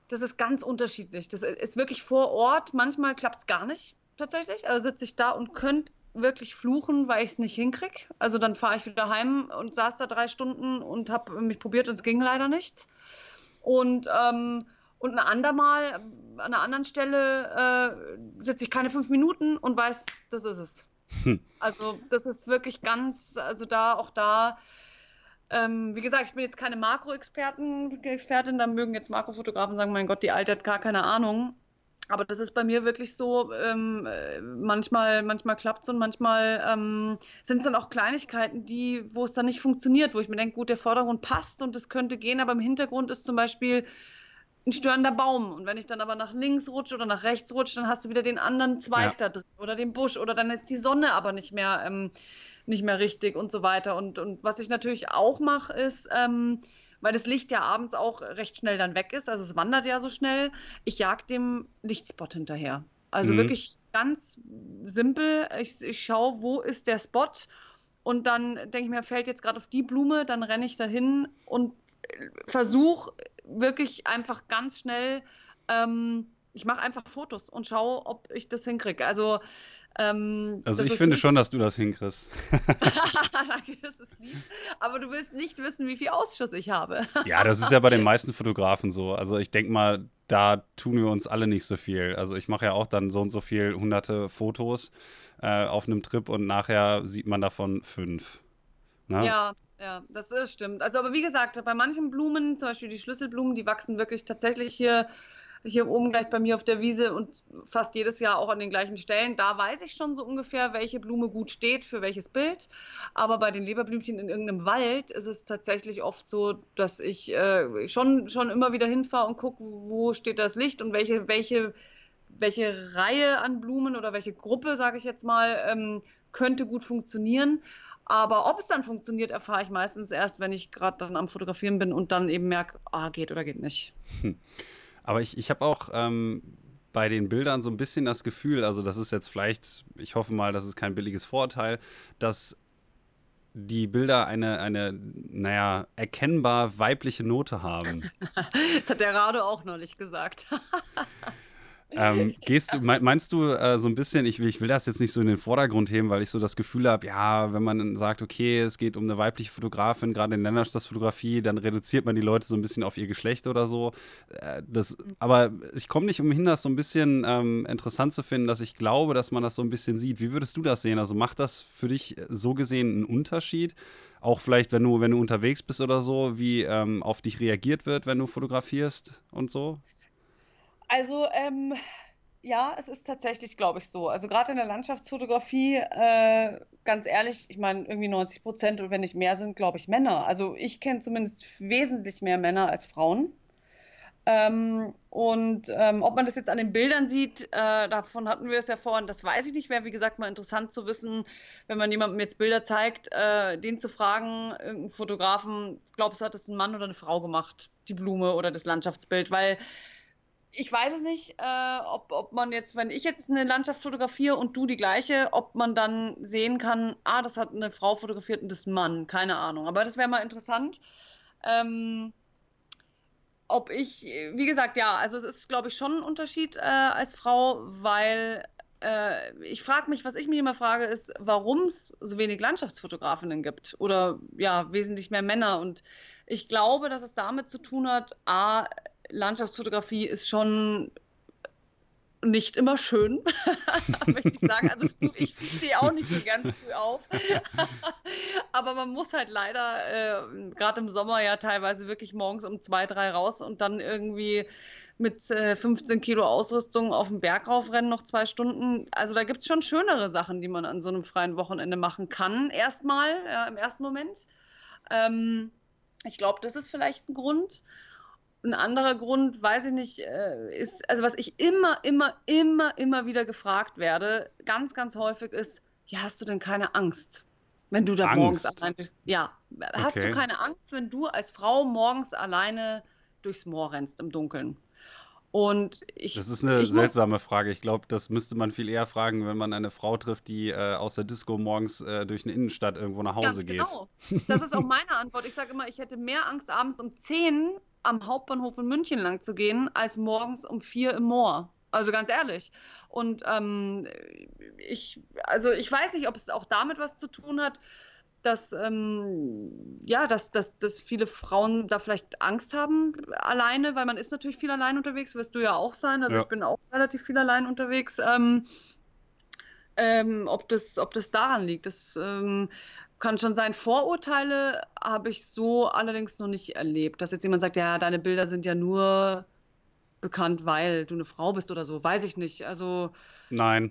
Speaker 2: Das ist ganz unterschiedlich. Das ist wirklich vor Ort. Manchmal klappt es gar nicht tatsächlich. Also sitze ich da und könnte wirklich fluchen, weil ich es nicht hinkriege. Also dann fahre ich wieder heim und saß da drei Stunden und habe mich probiert und es ging leider nichts. Und, ähm, und ein andermal, an einer anderen Stelle äh, sitze ich keine fünf Minuten und weiß, das ist es. Hm. Also das ist wirklich ganz, also da, auch da, ähm, wie gesagt, ich bin jetzt keine Makro-Expertin, Expertin, da mögen jetzt Makrofotografen sagen, mein Gott, die Alte hat gar keine Ahnung. Aber das ist bei mir wirklich so, ähm, manchmal, manchmal klappt es und manchmal ähm, sind es dann auch Kleinigkeiten, die, wo es dann nicht funktioniert, wo ich mir denke, gut, der Vordergrund passt und es könnte gehen, aber im Hintergrund ist zum Beispiel ein störender Baum. Und wenn ich dann aber nach links rutsche oder nach rechts rutsche, dann hast du wieder den anderen Zweig ja. da drin oder den Busch oder dann ist die Sonne aber nicht mehr, ähm, nicht mehr richtig und so weiter. Und, und was ich natürlich auch mache, ist... Ähm, weil das Licht ja abends auch recht schnell dann weg ist, also es wandert ja so schnell, ich jag dem Lichtspot hinterher. Also mhm. wirklich ganz simpel, ich, ich schaue, wo ist der Spot und dann denke ich mir, fällt jetzt gerade auf die Blume, dann renne ich dahin und versuche wirklich einfach ganz schnell, ähm, ich mache einfach Fotos und schaue, ob ich das hinkriege. Also Ähm,
Speaker 1: also ich finde schon, dass du das hinkriegst.
Speaker 2: Danke, das ist lieb. Aber du willst nicht wissen, wie viel Ausschuss ich habe.
Speaker 1: Ja, das ist ja bei den meisten Fotografen so. Also ich denke mal, da tun wir uns alle nicht so viel. Also ich mache ja auch dann so und so viel hunderte Fotos äh, auf einem Trip und nachher sieht man davon fünf. Ne?
Speaker 2: Ja, ja, das ist, stimmt. Also aber wie gesagt, bei manchen Blumen, zum Beispiel die Schlüsselblumen, die wachsen wirklich tatsächlich hier hier oben gleich bei mir auf der Wiese und fast jedes Jahr auch an den gleichen Stellen. Da weiß ich schon so ungefähr, welche Blume gut steht für welches Bild. Aber bei den Leberblümchen in irgendeinem Wald ist es tatsächlich oft so, dass ich äh, schon, schon immer wieder hinfahre und gucke, wo steht das Licht und welche, welche, welche Reihe an Blumen oder welche Gruppe, sage ich jetzt mal, ähm, könnte gut funktionieren. Aber ob es dann funktioniert, erfahre ich meistens erst, wenn ich gerade dann am Fotografieren bin und dann eben merke, ah, geht oder geht nicht.
Speaker 1: Hm. Aber ich, ich habe auch ähm, bei den Bildern so ein bisschen das Gefühl, also das ist jetzt vielleicht, ich hoffe mal, das ist kein billiges Vorurteil, dass die Bilder eine, eine, naja, erkennbar weibliche Note haben.
Speaker 2: Das hat der Rado auch neulich gesagt.
Speaker 1: Ähm, gehst du, meinst du äh, so ein bisschen, ich will, ich will das jetzt nicht so in den Vordergrund heben, weil ich so das Gefühl habe, ja, wenn man sagt, okay, es geht um eine weibliche Fotografin, gerade in Länderstadtfotografie, dann reduziert man die Leute so ein bisschen auf ihr Geschlecht oder so. Äh, das, aber ich komme nicht umhin, das so ein bisschen ähm, interessant zu finden, dass ich glaube, dass man das so ein bisschen sieht. Wie würdest du das sehen? Also macht das für dich so gesehen einen Unterschied? Auch vielleicht, wenn du, wenn du unterwegs bist oder so, wie ähm, auf dich reagiert wird, wenn du fotografierst und so?
Speaker 2: Also, ähm, ja, es ist tatsächlich, glaube ich, so. Also gerade in der Landschaftsfotografie, äh, ganz ehrlich, ich meine, irgendwie neunzig Prozent oder wenn nicht mehr sind, glaube ich, Männer. Also ich kenne zumindest wesentlich mehr Männer als Frauen. Ähm, und ähm, ob man das jetzt an den Bildern sieht, äh, davon hatten wir es ja vorhin, das weiß ich nicht. Wäre, wie gesagt, mal interessant zu wissen, wenn man jemandem jetzt Bilder zeigt, äh, den zu fragen, irgendeinen Fotografen, glaubst du, hat das ein Mann oder eine Frau gemacht, die Blume oder das Landschaftsbild? Weil ich weiß es nicht, äh, ob, ob man jetzt, wenn ich jetzt eine Landschaft fotografiere und du die gleiche, ob man dann sehen kann, ah, das hat eine Frau fotografiert und das Mann, keine Ahnung. Aber das wäre mal interessant. Ähm, ob ich, wie gesagt, ja, also es ist, glaube ich, schon ein Unterschied äh, als Frau, weil äh, ich frage mich, was ich mich immer frage, ist, warum es so wenig Landschaftsfotografinnen gibt oder ja, wesentlich mehr Männer. Und ich glaube, dass es damit zu tun hat, a, Landschaftsfotografie ist schon nicht immer schön, möchte ich sagen. Also ich stehe auch nicht so gern früh auf. Aber man muss halt leider, äh, gerade im Sommer ja teilweise wirklich morgens um zwei, drei raus und dann irgendwie mit äh, fünfzehn Kilo Ausrüstung auf den Berg raufrennen, noch zwei Stunden. Also da gibt es schon schönere Sachen, die man an so einem freien Wochenende machen kann. Erstmal, ja, im ersten Moment. Ähm, ich glaube, das ist vielleicht ein Grund. Ein anderer Grund, weiß ich nicht, ist, also was ich immer, immer, immer, immer wieder gefragt werde, ganz, ganz häufig ist, ja, hast du denn keine Angst, wenn du da
Speaker 1: Angst?
Speaker 2: morgens alleine, ja, hast
Speaker 1: Okay.
Speaker 2: du keine Angst, wenn du als Frau morgens alleine durchs Moor rennst im Dunkeln? Und ich,
Speaker 1: Das ist eine
Speaker 2: ich
Speaker 1: seltsame Frage. Ich glaube, das müsste man viel eher fragen, wenn man eine Frau trifft, die äh, aus der Disco morgens äh, durch eine Innenstadt irgendwo nach Hause
Speaker 2: ganz
Speaker 1: geht.
Speaker 2: genau. Das ist auch meine Antwort. Ich sage immer, ich hätte mehr Angst abends um zehn am Hauptbahnhof in München lang zu gehen, als morgens um vier im Moor. Also ganz ehrlich. Und ähm, ich, also ich weiß nicht, ob es auch damit was zu tun hat, dass, ähm, ja, dass, dass, dass viele Frauen da vielleicht Angst haben alleine, weil man ist natürlich viel allein unterwegs, wirst du ja auch sein. Also
Speaker 1: Ja.
Speaker 2: ich bin auch relativ viel allein unterwegs. Ähm, ähm, ob das, ob das daran liegt, das ähm, kann schon sein. Vorurteile habe ich so allerdings noch nicht erlebt, dass jetzt jemand sagt, ja, deine Bilder sind ja nur bekannt, weil du eine Frau bist oder so. Weiß ich nicht. Also
Speaker 1: Nein.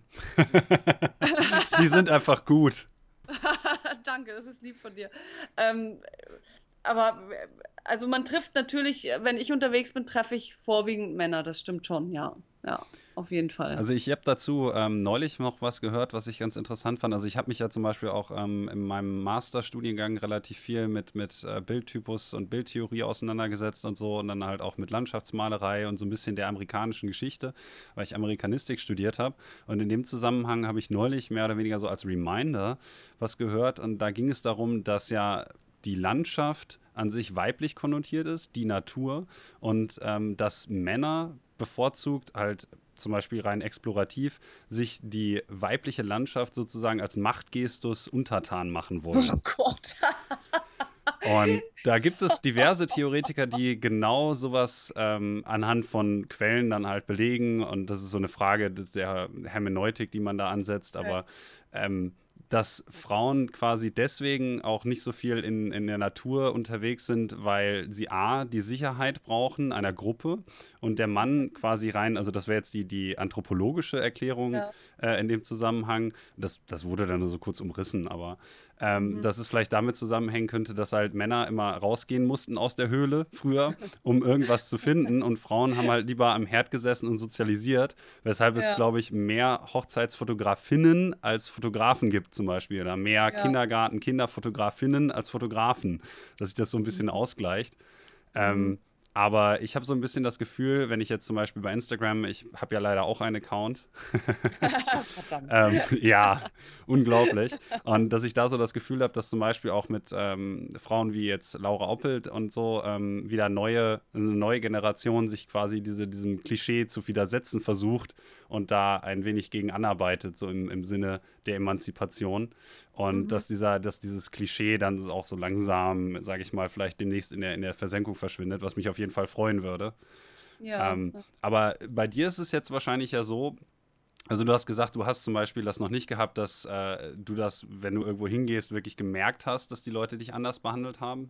Speaker 1: Die sind einfach gut.
Speaker 2: danke, das ist lieb von dir. Ähm, aber also man trifft natürlich, wenn ich unterwegs bin, treffe ich vorwiegend Männer. Das stimmt schon, ja. Ja, auf jeden Fall.
Speaker 1: Also ich habe dazu ähm, neulich noch was gehört, was ich ganz interessant fand. Also ich habe mich ja zum Beispiel auch ähm, in meinem Masterstudiengang relativ viel mit, mit äh, Bildtypus und Bildtheorie auseinandergesetzt und so und dann halt auch mit Landschaftsmalerei und so ein bisschen der amerikanischen Geschichte, weil ich Amerikanistik studiert habe. Und in dem Zusammenhang habe ich neulich mehr oder weniger so als Reminder was gehört und da ging es darum, dass ja die Landschaft an sich weiblich konnotiert ist, die Natur und ähm, dass Männer bevorzugt halt zum Beispiel rein explorativ sich die weibliche Landschaft sozusagen als Machtgestus untertan machen wollen.
Speaker 2: Oh Gott.
Speaker 1: Und da gibt es diverse Theoretiker, die genau sowas ähm, anhand von Quellen dann halt belegen. Und das ist so eine Frage der Hermeneutik, die man da ansetzt. Aber ähm, dass Frauen quasi deswegen auch nicht so viel in, in der Natur unterwegs sind, weil sie A, die Sicherheit brauchen einer Gruppe und der Mann quasi rein, also das wäre jetzt die, die anthropologische Erklärung
Speaker 2: Ja.
Speaker 1: äh, in dem Zusammenhang, das, das wurde dann nur so kurz umrissen, aber ähm,
Speaker 2: Mhm.
Speaker 1: dass es vielleicht damit zusammenhängen könnte, dass halt Männer immer rausgehen mussten aus der Höhle früher, um irgendwas zu finden und Frauen haben halt lieber am Herd gesessen und sozialisiert, weshalb es,
Speaker 2: Ja.
Speaker 1: glaube ich, mehr Hochzeitsfotografinnen als Fotografen gibt zum Beispiel oder mehr
Speaker 2: Ja.
Speaker 1: Kindergarten, Kinderfotografinnen als Fotografen, dass sich das so ein bisschen ausgleicht. Ähm, aber ich habe so ein bisschen das Gefühl, wenn ich jetzt zum Beispiel bei Instagram, ich habe ja leider auch einen Account,
Speaker 2: Verdammt.
Speaker 1: ähm, ja, unglaublich. Und dass ich da so das Gefühl habe, dass zum Beispiel auch mit ähm, Frauen wie jetzt Laura Oppelt und so ähm, wieder neue, eine neue Generation sich quasi diese, diesem Klischee zu widersetzen versucht und da ein wenig gegen anarbeitet, so im, im Sinne der Emanzipation. Und
Speaker 2: Mhm.
Speaker 1: dass dieser, dass dieses Klischee dann auch so langsam, sage ich mal, vielleicht demnächst in der, in der Versenkung verschwindet, was mich auf jeden Fall freuen würde.
Speaker 2: Ja.
Speaker 1: Ähm, aber bei dir ist es jetzt wahrscheinlich ja so, also du hast gesagt, du hast zum Beispiel das noch nicht gehabt, dass äh, du das, wenn du irgendwo hingehst, wirklich gemerkt hast, dass die Leute dich anders behandelt haben?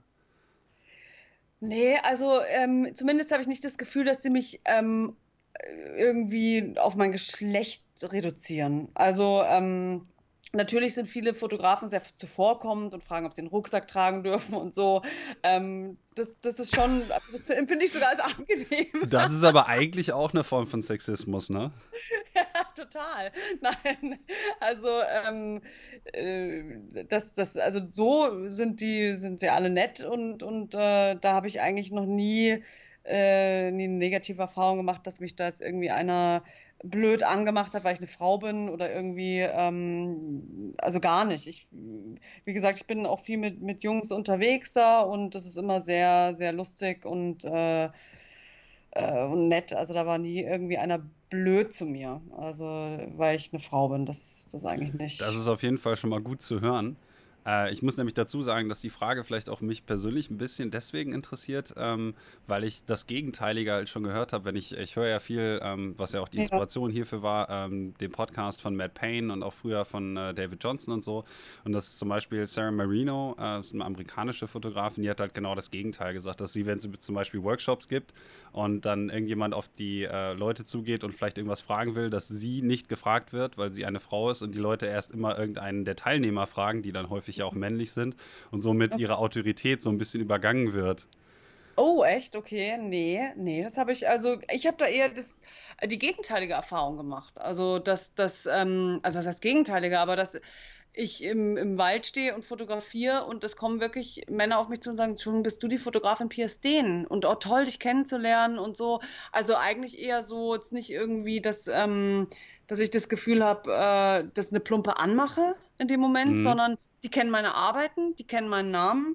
Speaker 2: Nee, also ähm, zumindest habe ich nicht das Gefühl, dass sie mich ähm, irgendwie auf mein Geschlecht reduzieren. Also ähm, natürlich sind viele Fotografen sehr zuvorkommend und fragen, ob sie einen Rucksack tragen dürfen und so. Ähm, das, das ist schon, das empfinde ich sogar als angenehm.
Speaker 1: Das ist aber eigentlich auch eine Form von Sexismus, ne?
Speaker 2: Ja, total. Nein, also ähm, äh, das, das, also so sind die, sind sie alle nett und, und äh, da habe ich eigentlich noch nie, äh, nie eine negative Erfahrung gemacht, dass mich da jetzt irgendwie einer blöd angemacht hat, weil ich eine Frau bin oder irgendwie, ähm, also gar nicht. Ich, wie gesagt, ich bin auch viel mit, mit Jungs unterwegs da und das ist immer sehr, sehr lustig und äh, äh, und nett. Also da war nie irgendwie einer blöd zu mir. Also weil ich eine Frau bin, das, das eigentlich
Speaker 1: Das
Speaker 2: nicht.
Speaker 1: ist auf jeden Fall schon mal gut zu hören. Äh, ich muss nämlich dazu sagen, dass die Frage vielleicht auch mich persönlich ein bisschen deswegen interessiert, ähm, weil ich das Gegenteilige halt schon gehört habe. Wenn ich, ich höre ja viel, ähm, was ja auch die
Speaker 2: Ja.
Speaker 1: Inspiration hierfür war, ähm, den Podcast von Matt Payne und auch früher von äh, David Johnson und so. Und das ist zum Beispiel Sarah Marino, äh, ist eine amerikanische Fotografin, die hat halt genau das Gegenteil gesagt, dass sie, wenn es zum Beispiel Workshops gibt und dann irgendjemand auf die äh, Leute zugeht und vielleicht irgendwas fragen will, dass sie nicht gefragt wird, weil sie eine Frau ist und die Leute erst immer irgendeinen der Teilnehmer fragen, die dann häufig ja auch männlich sind und somit ihre Autorität so ein bisschen übergangen wird.
Speaker 2: Oh, echt? Okay. Nee, nee, das habe ich, also ich habe da eher das, die gegenteilige Erfahrung gemacht. Also, dass das, ähm, also was heißt gegenteilige, aber dass ich im, im Wald stehe und fotografiere und es kommen wirklich Männer auf mich zu und sagen, Entschuldigung, bist du die Fotografin Pia Steen? Und oh, toll, dich kennenzulernen und so. Also eigentlich eher so, jetzt nicht irgendwie, dass, ähm, dass ich das Gefühl habe, äh, dass eine plumpe Anmache in dem Moment,
Speaker 1: Mhm.
Speaker 2: sondern die kennen meine Arbeiten, die kennen meinen Namen.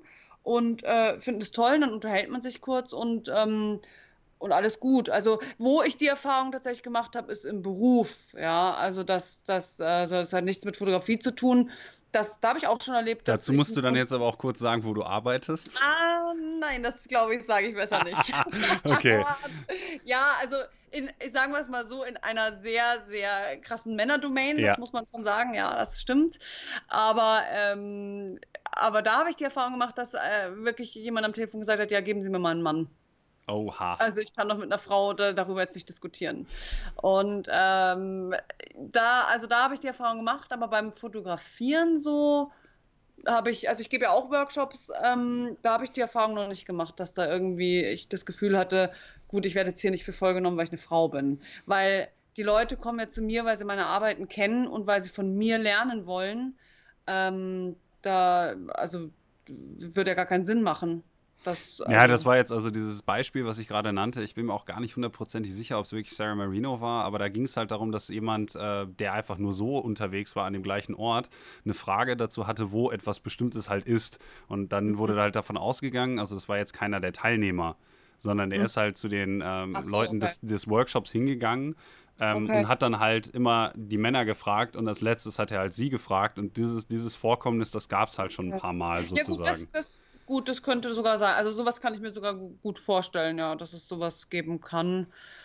Speaker 2: und äh, finden es toll, dann unterhält man sich kurz und ähm, und alles gut. Also, wo ich die Erfahrung tatsächlich gemacht habe, ist im Beruf, ja. Also, das das, also, das hat nichts mit Fotografie zu tun. Das da habe ich auch schon erlebt, dass
Speaker 1: Dazu
Speaker 2: ich
Speaker 1: musst
Speaker 2: 'n
Speaker 1: du dann
Speaker 2: Kun
Speaker 1: jetzt aber auch kurz sagen, wo du arbeitest.
Speaker 2: Ah, nein, das glaube ich, sage ich besser nicht.
Speaker 1: Okay.
Speaker 2: Ja, also, in sagen wir es mal so, in einer sehr, sehr krassen Männerdomain, das
Speaker 1: Ja.
Speaker 2: muss man schon sagen, ja, das stimmt. Aber, ähm aber da habe ich die Erfahrung gemacht, dass, äh, wirklich jemand am Telefon gesagt hat: „Ja, geben Sie mir mal 'n Mann.“
Speaker 1: Oha.
Speaker 2: Also, ich kann doch mit 'ner Frau da darüber jetzt nicht diskutieren. Und, ähm, da also, da habe ich die Erfahrung gemacht, aber beim Fotografieren so habe ich also, ich gebe ja auch Workshops, ähm, da habe ich die Erfahrung noch nicht gemacht, dass da irgendwie ich das Gefühl hatte: „Gut, ich werde jetzt hier nicht für voll genommen, weil ich 'ne Frau bin.“ Weil die Leute kommen ja zu mir, weil sie meine Arbeiten kennen und weil sie von mir lernen wollen. Ähm, da also, w würde ja gar keinen Sinn machen. Das
Speaker 1: Ja, das
Speaker 2: also
Speaker 1: war jetzt also dieses Beispiel, was ich gerade nannte. Ich bin mir auch gar nicht hundertprozentig sicher, ob es wirklich Sarah Marino war, aber da ging es halt darum, dass jemand, äh, der einfach nur so unterwegs war an dem gleichen Ort, eine Frage dazu hatte, wo etwas Bestimmtes halt ist. Und dann wurde
Speaker 2: mhm,
Speaker 1: da halt davon ausgegangen, also das war jetzt keiner der Teilnehmer, sondern der
Speaker 2: mhm.
Speaker 1: ist halt zu den
Speaker 2: Ach
Speaker 1: ähm,
Speaker 2: so,
Speaker 1: Leuten
Speaker 2: okay.
Speaker 1: des, des Workshops hingegangen ähm,
Speaker 2: Okay.
Speaker 1: und hat dann halt immer die Männer gefragt und als letztes hat er halt sie gefragt und dieses, dieses Vorkommnis, das gab es halt schon ein
Speaker 2: Ja.
Speaker 1: paar Mal
Speaker 2: Ja gut,
Speaker 1: sozusagen.
Speaker 2: das das gut, das könnte sogar sein. Also, so was kann ich mir sogar gu gut vorstellen, ja, dass es so was geben kann.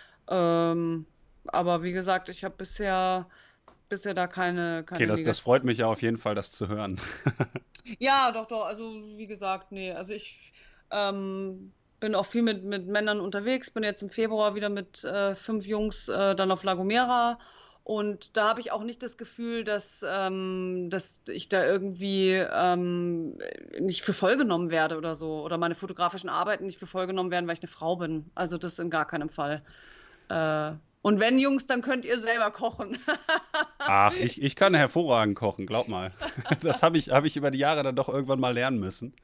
Speaker 2: Ähm, aber wie gesagt, ich habe bisher bisher da keine
Speaker 1: Okay,
Speaker 2: keine
Speaker 1: das, das
Speaker 2: negativ
Speaker 1: freut mich ja auf jeden Fall, das zu hören.
Speaker 2: Ja, doch, doch, also, wie gesagt, ne, also, ich, ähm, bin auch viel mit mit Männern unterwegs, bin jetzt im Februar wieder mit, äh, fünf Jungs, äh, dann auf La Gomera und da habe ich auch nicht das Gefühl, dass, ähm dass ich da irgendwie, ähm, nicht für voll genommen werde oder so oder meine fotografischen Arbeiten nicht für voll genommen werden, weil ich 'ne Frau bin. Also, das in gar keinem Fall. Äh, und wenn Jungs, dann könnt ihr selber kochen.
Speaker 1: Ach, ich, ich kann hervorragend kochen, glaub mal. Das habe ich, hab ich über die Jahre dann doch irgendwann mal lernen müssen.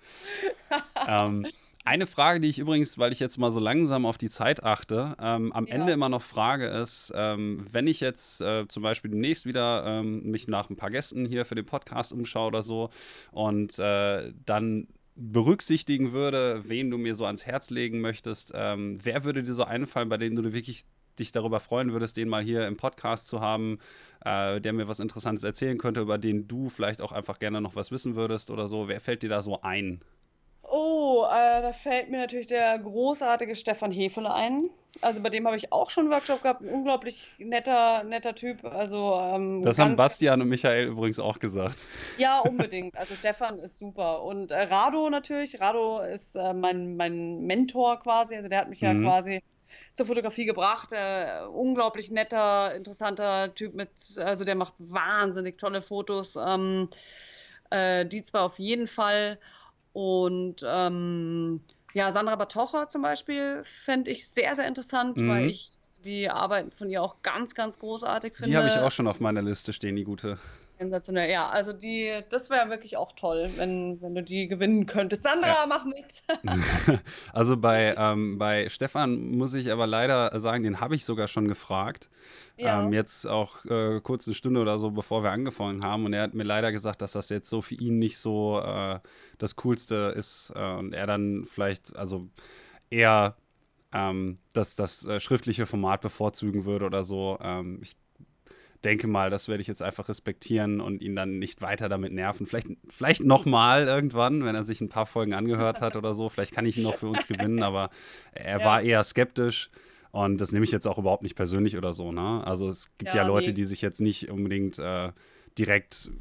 Speaker 1: Ähm, eine Frage, die ich übrigens, weil ich jetzt mal so langsam auf die Zeit achte, ähm, am Ende
Speaker 2: Ja.
Speaker 1: immer noch frage, ist, ähm, wenn ich jetzt äh, zum Beispiel demnächst wieder ähm, mich nach ein paar Gästen hier für den Podcast umschaue oder so und äh, dann berücksichtigen würde, wen du mir so ans Herz legen möchtest, ähm, wer würde dir so einfallen, bei dem du wirklich dich darüber freuen würdest, den mal hier im Podcast zu haben, äh, der mir was Interessantes erzählen könnte, über den du vielleicht auch einfach gerne noch was wissen würdest oder so. Wer fällt dir da so ein?
Speaker 2: Oh, äh, da fällt mir natürlich der großartige Stefan Hefele ein. Also, bei dem habe ich auch schon 'n Workshop gehabt, 'n unglaublich netter netter Typ, also, ähm,
Speaker 1: Das haben
Speaker 2: ganz, ganz
Speaker 1: Bastian und Michael übrigens auch gesagt.
Speaker 2: ja, unbedingt. Also, Stefan ist super und, äh, Rado natürlich. Rado ist, äh, mein mein Mentor quasi. Also, der hat mich ja
Speaker 1: Mhm.
Speaker 2: quasi zur Fotografie gebracht. Äh, unglaublich netter, interessanter Typ mit also, der macht wahnsinnig tolle Fotos. Ähm, äh, die zwar auf jeden Fall. Und, ähm, ja, Sandra Batocher zum Beispiel fände ich sehr, sehr interessant, weil
Speaker 1: Mhm.
Speaker 2: ich die Arbeiten von ihr auch ganz, ganz großartig
Speaker 1: Die habe ich
Speaker 2: finde.
Speaker 1: auch schon auf meiner Liste stehen, die gute.
Speaker 2: Sensationell, ja. Also die das wäre wirklich auch toll, wenn wenn du die gewinnen könntest.
Speaker 1: Ja.
Speaker 2: Sandra, mach mit.
Speaker 1: Also bei, ähm, bei Stefan muss ich aber leider sagen, den habe ich sogar schon gefragt. Ähm,
Speaker 2: Ja.
Speaker 1: jetzt auch äh, kurz eine Stunde oder so, bevor wir angefangen haben. Und er hat mir leider gesagt, dass das jetzt so für ihn nicht so äh, das Coolste ist. Äh, und er dann vielleicht, also eher ähm, das, das äh, schriftliche Format bevorzugen würde oder so. Ähm, ich denke mal, das werde ich jetzt einfach respektieren und ihn dann nicht weiter damit nerven. Vielleicht, vielleicht nochmal irgendwann, wenn er sich ein paar Folgen angehört hat oder so. Vielleicht kann ich ihn noch für uns gewinnen, aber er war
Speaker 2: Ja.
Speaker 1: eher skeptisch. Und das nehme ich jetzt auch überhaupt nicht persönlich oder so, ne? Also es gibt ja
Speaker 2: Ja,
Speaker 1: Leute,
Speaker 2: ne.
Speaker 1: die sich jetzt nicht unbedingt äh, direkt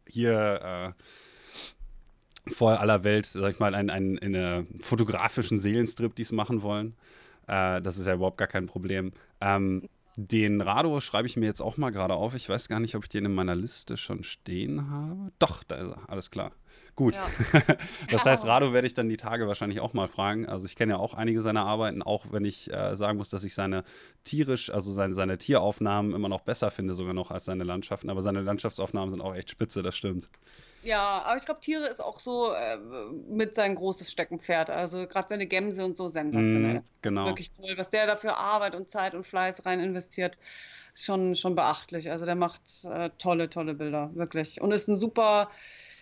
Speaker 1: hier äh, vor aller Welt, sag ich mal, einen, einen, einen fotografischen Seelenstrip dies machen wollen. Äh, das ist ja überhaupt gar kein Problem. Ähm, den Rado schreibe ich mir jetzt auch mal gerade auf. Ich weiß gar nicht, ob ich den in meiner Liste schon stehen habe. Doch, da ist er. Alles klar. Gut.
Speaker 2: Ja.
Speaker 1: Das heißt, Rado werde ich dann die Tage wahrscheinlich auch mal fragen. Also ich kenne ja auch einige seiner Arbeiten, auch wenn ich äh, sagen muss, dass ich seine tierisch, also seine, seine Tieraufnahmen immer noch besser finde, sogar noch als seine Landschaften. Aber seine Landschaftsaufnahmen sind auch echt spitze, das stimmt.
Speaker 2: Ja, aber ich glaube, Tiere ist auch so, äh, mit sein großes Steckenpferd. Also gerade seine Gämse und so
Speaker 1: Mm,
Speaker 2: sensationell. Also
Speaker 1: genau.
Speaker 2: wirklich toll. Was der da für Arbeit und Zeit und Fleiß rein investiert, ist schon, schon beachtlich. Also der macht äh, tolle, tolle Bilder, wirklich. Und ist ein super,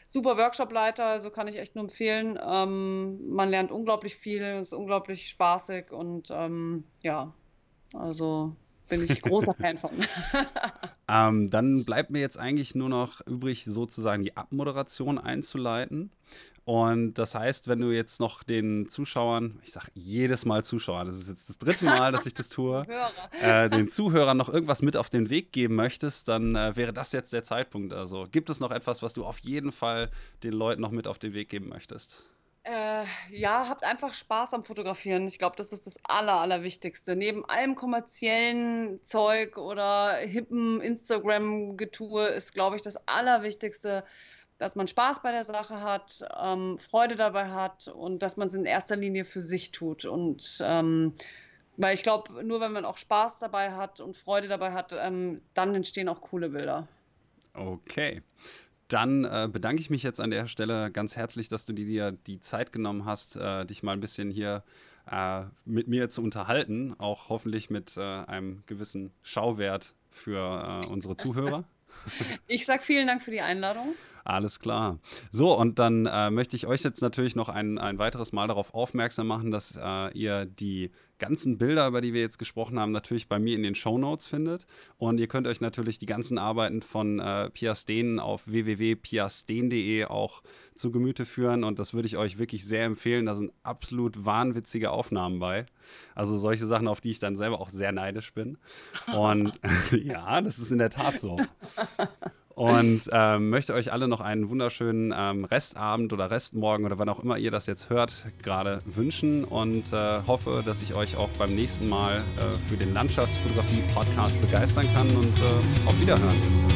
Speaker 2: super Workshopleiter, also kann ich echt nur empfehlen. Ähm, man lernt unglaublich viel, ist unglaublich spaßig und ähm, ja, also bin ich großer Fan von.
Speaker 1: Ähm, dann bleibt mir jetzt eigentlich nur noch übrig, sozusagen die Abmoderation einzuleiten. Und das heißt, wenn du jetzt noch den Zuschauern, ich sage jedes Mal Zuschauern, das ist jetzt das dritte Mal, dass ich das tue, äh, den Zuhörern noch irgendwas mit auf den Weg geben möchtest, dann äh, wäre das jetzt der Zeitpunkt. Also gibt es noch etwas, was du auf jeden Fall den Leuten noch mit auf den Weg geben möchtest?
Speaker 2: Äh, ja, habt einfach Spaß am Fotografieren. Ich glaube, das ist das Aller, Allerwichtigste. Neben allem kommerziellen Zeug oder hippen Instagram-Getue ist, glaube ich, das Allerwichtigste, dass man Spaß bei der Sache hat, ähm, Freude dabei hat und dass man es in erster Linie für sich tut. Und ähm, weil ich glaube, nur wenn man auch Spaß dabei hat und Freude dabei hat, ähm, dann entstehen auch coole Bilder.
Speaker 1: Okay. Dann äh, bedanke ich mich jetzt an der Stelle ganz herzlich, dass du dir die Zeit genommen hast, äh, dich mal ein bisschen hier äh, mit mir zu unterhalten, auch hoffentlich mit äh, einem gewissen Schauwert für äh, unsere Zuhörer.
Speaker 2: Ich sage vielen Dank für die Einladung.
Speaker 1: Alles klar. So, und dann äh, möchte ich euch jetzt natürlich noch ein, ein weiteres Mal darauf aufmerksam machen, dass äh, ihr die ganzen Bilder, über die wir jetzt gesprochen haben, natürlich bei mir in den Shownotes findet. Und ihr könnt euch natürlich die ganzen Arbeiten von äh, Pia Steen auf w w w punkt pia steen punkt d e auch zu Gemüte führen. Und das würde ich euch wirklich sehr empfehlen. Da sind absolut wahnwitzige Aufnahmen bei. Also solche Sachen, auf die ich dann selber auch sehr neidisch bin. Und ja, das ist in der Tat so. Und ähm, möchte euch alle noch einen wunderschönen ähm, Restabend oder Restmorgen oder wann auch immer ihr das jetzt hört, gerade wünschen und äh, hoffe, dass ich euch auch beim nächsten Mal äh, für den Landschaftsfotografie-Podcast begeistern kann und äh, auf Wiederhören.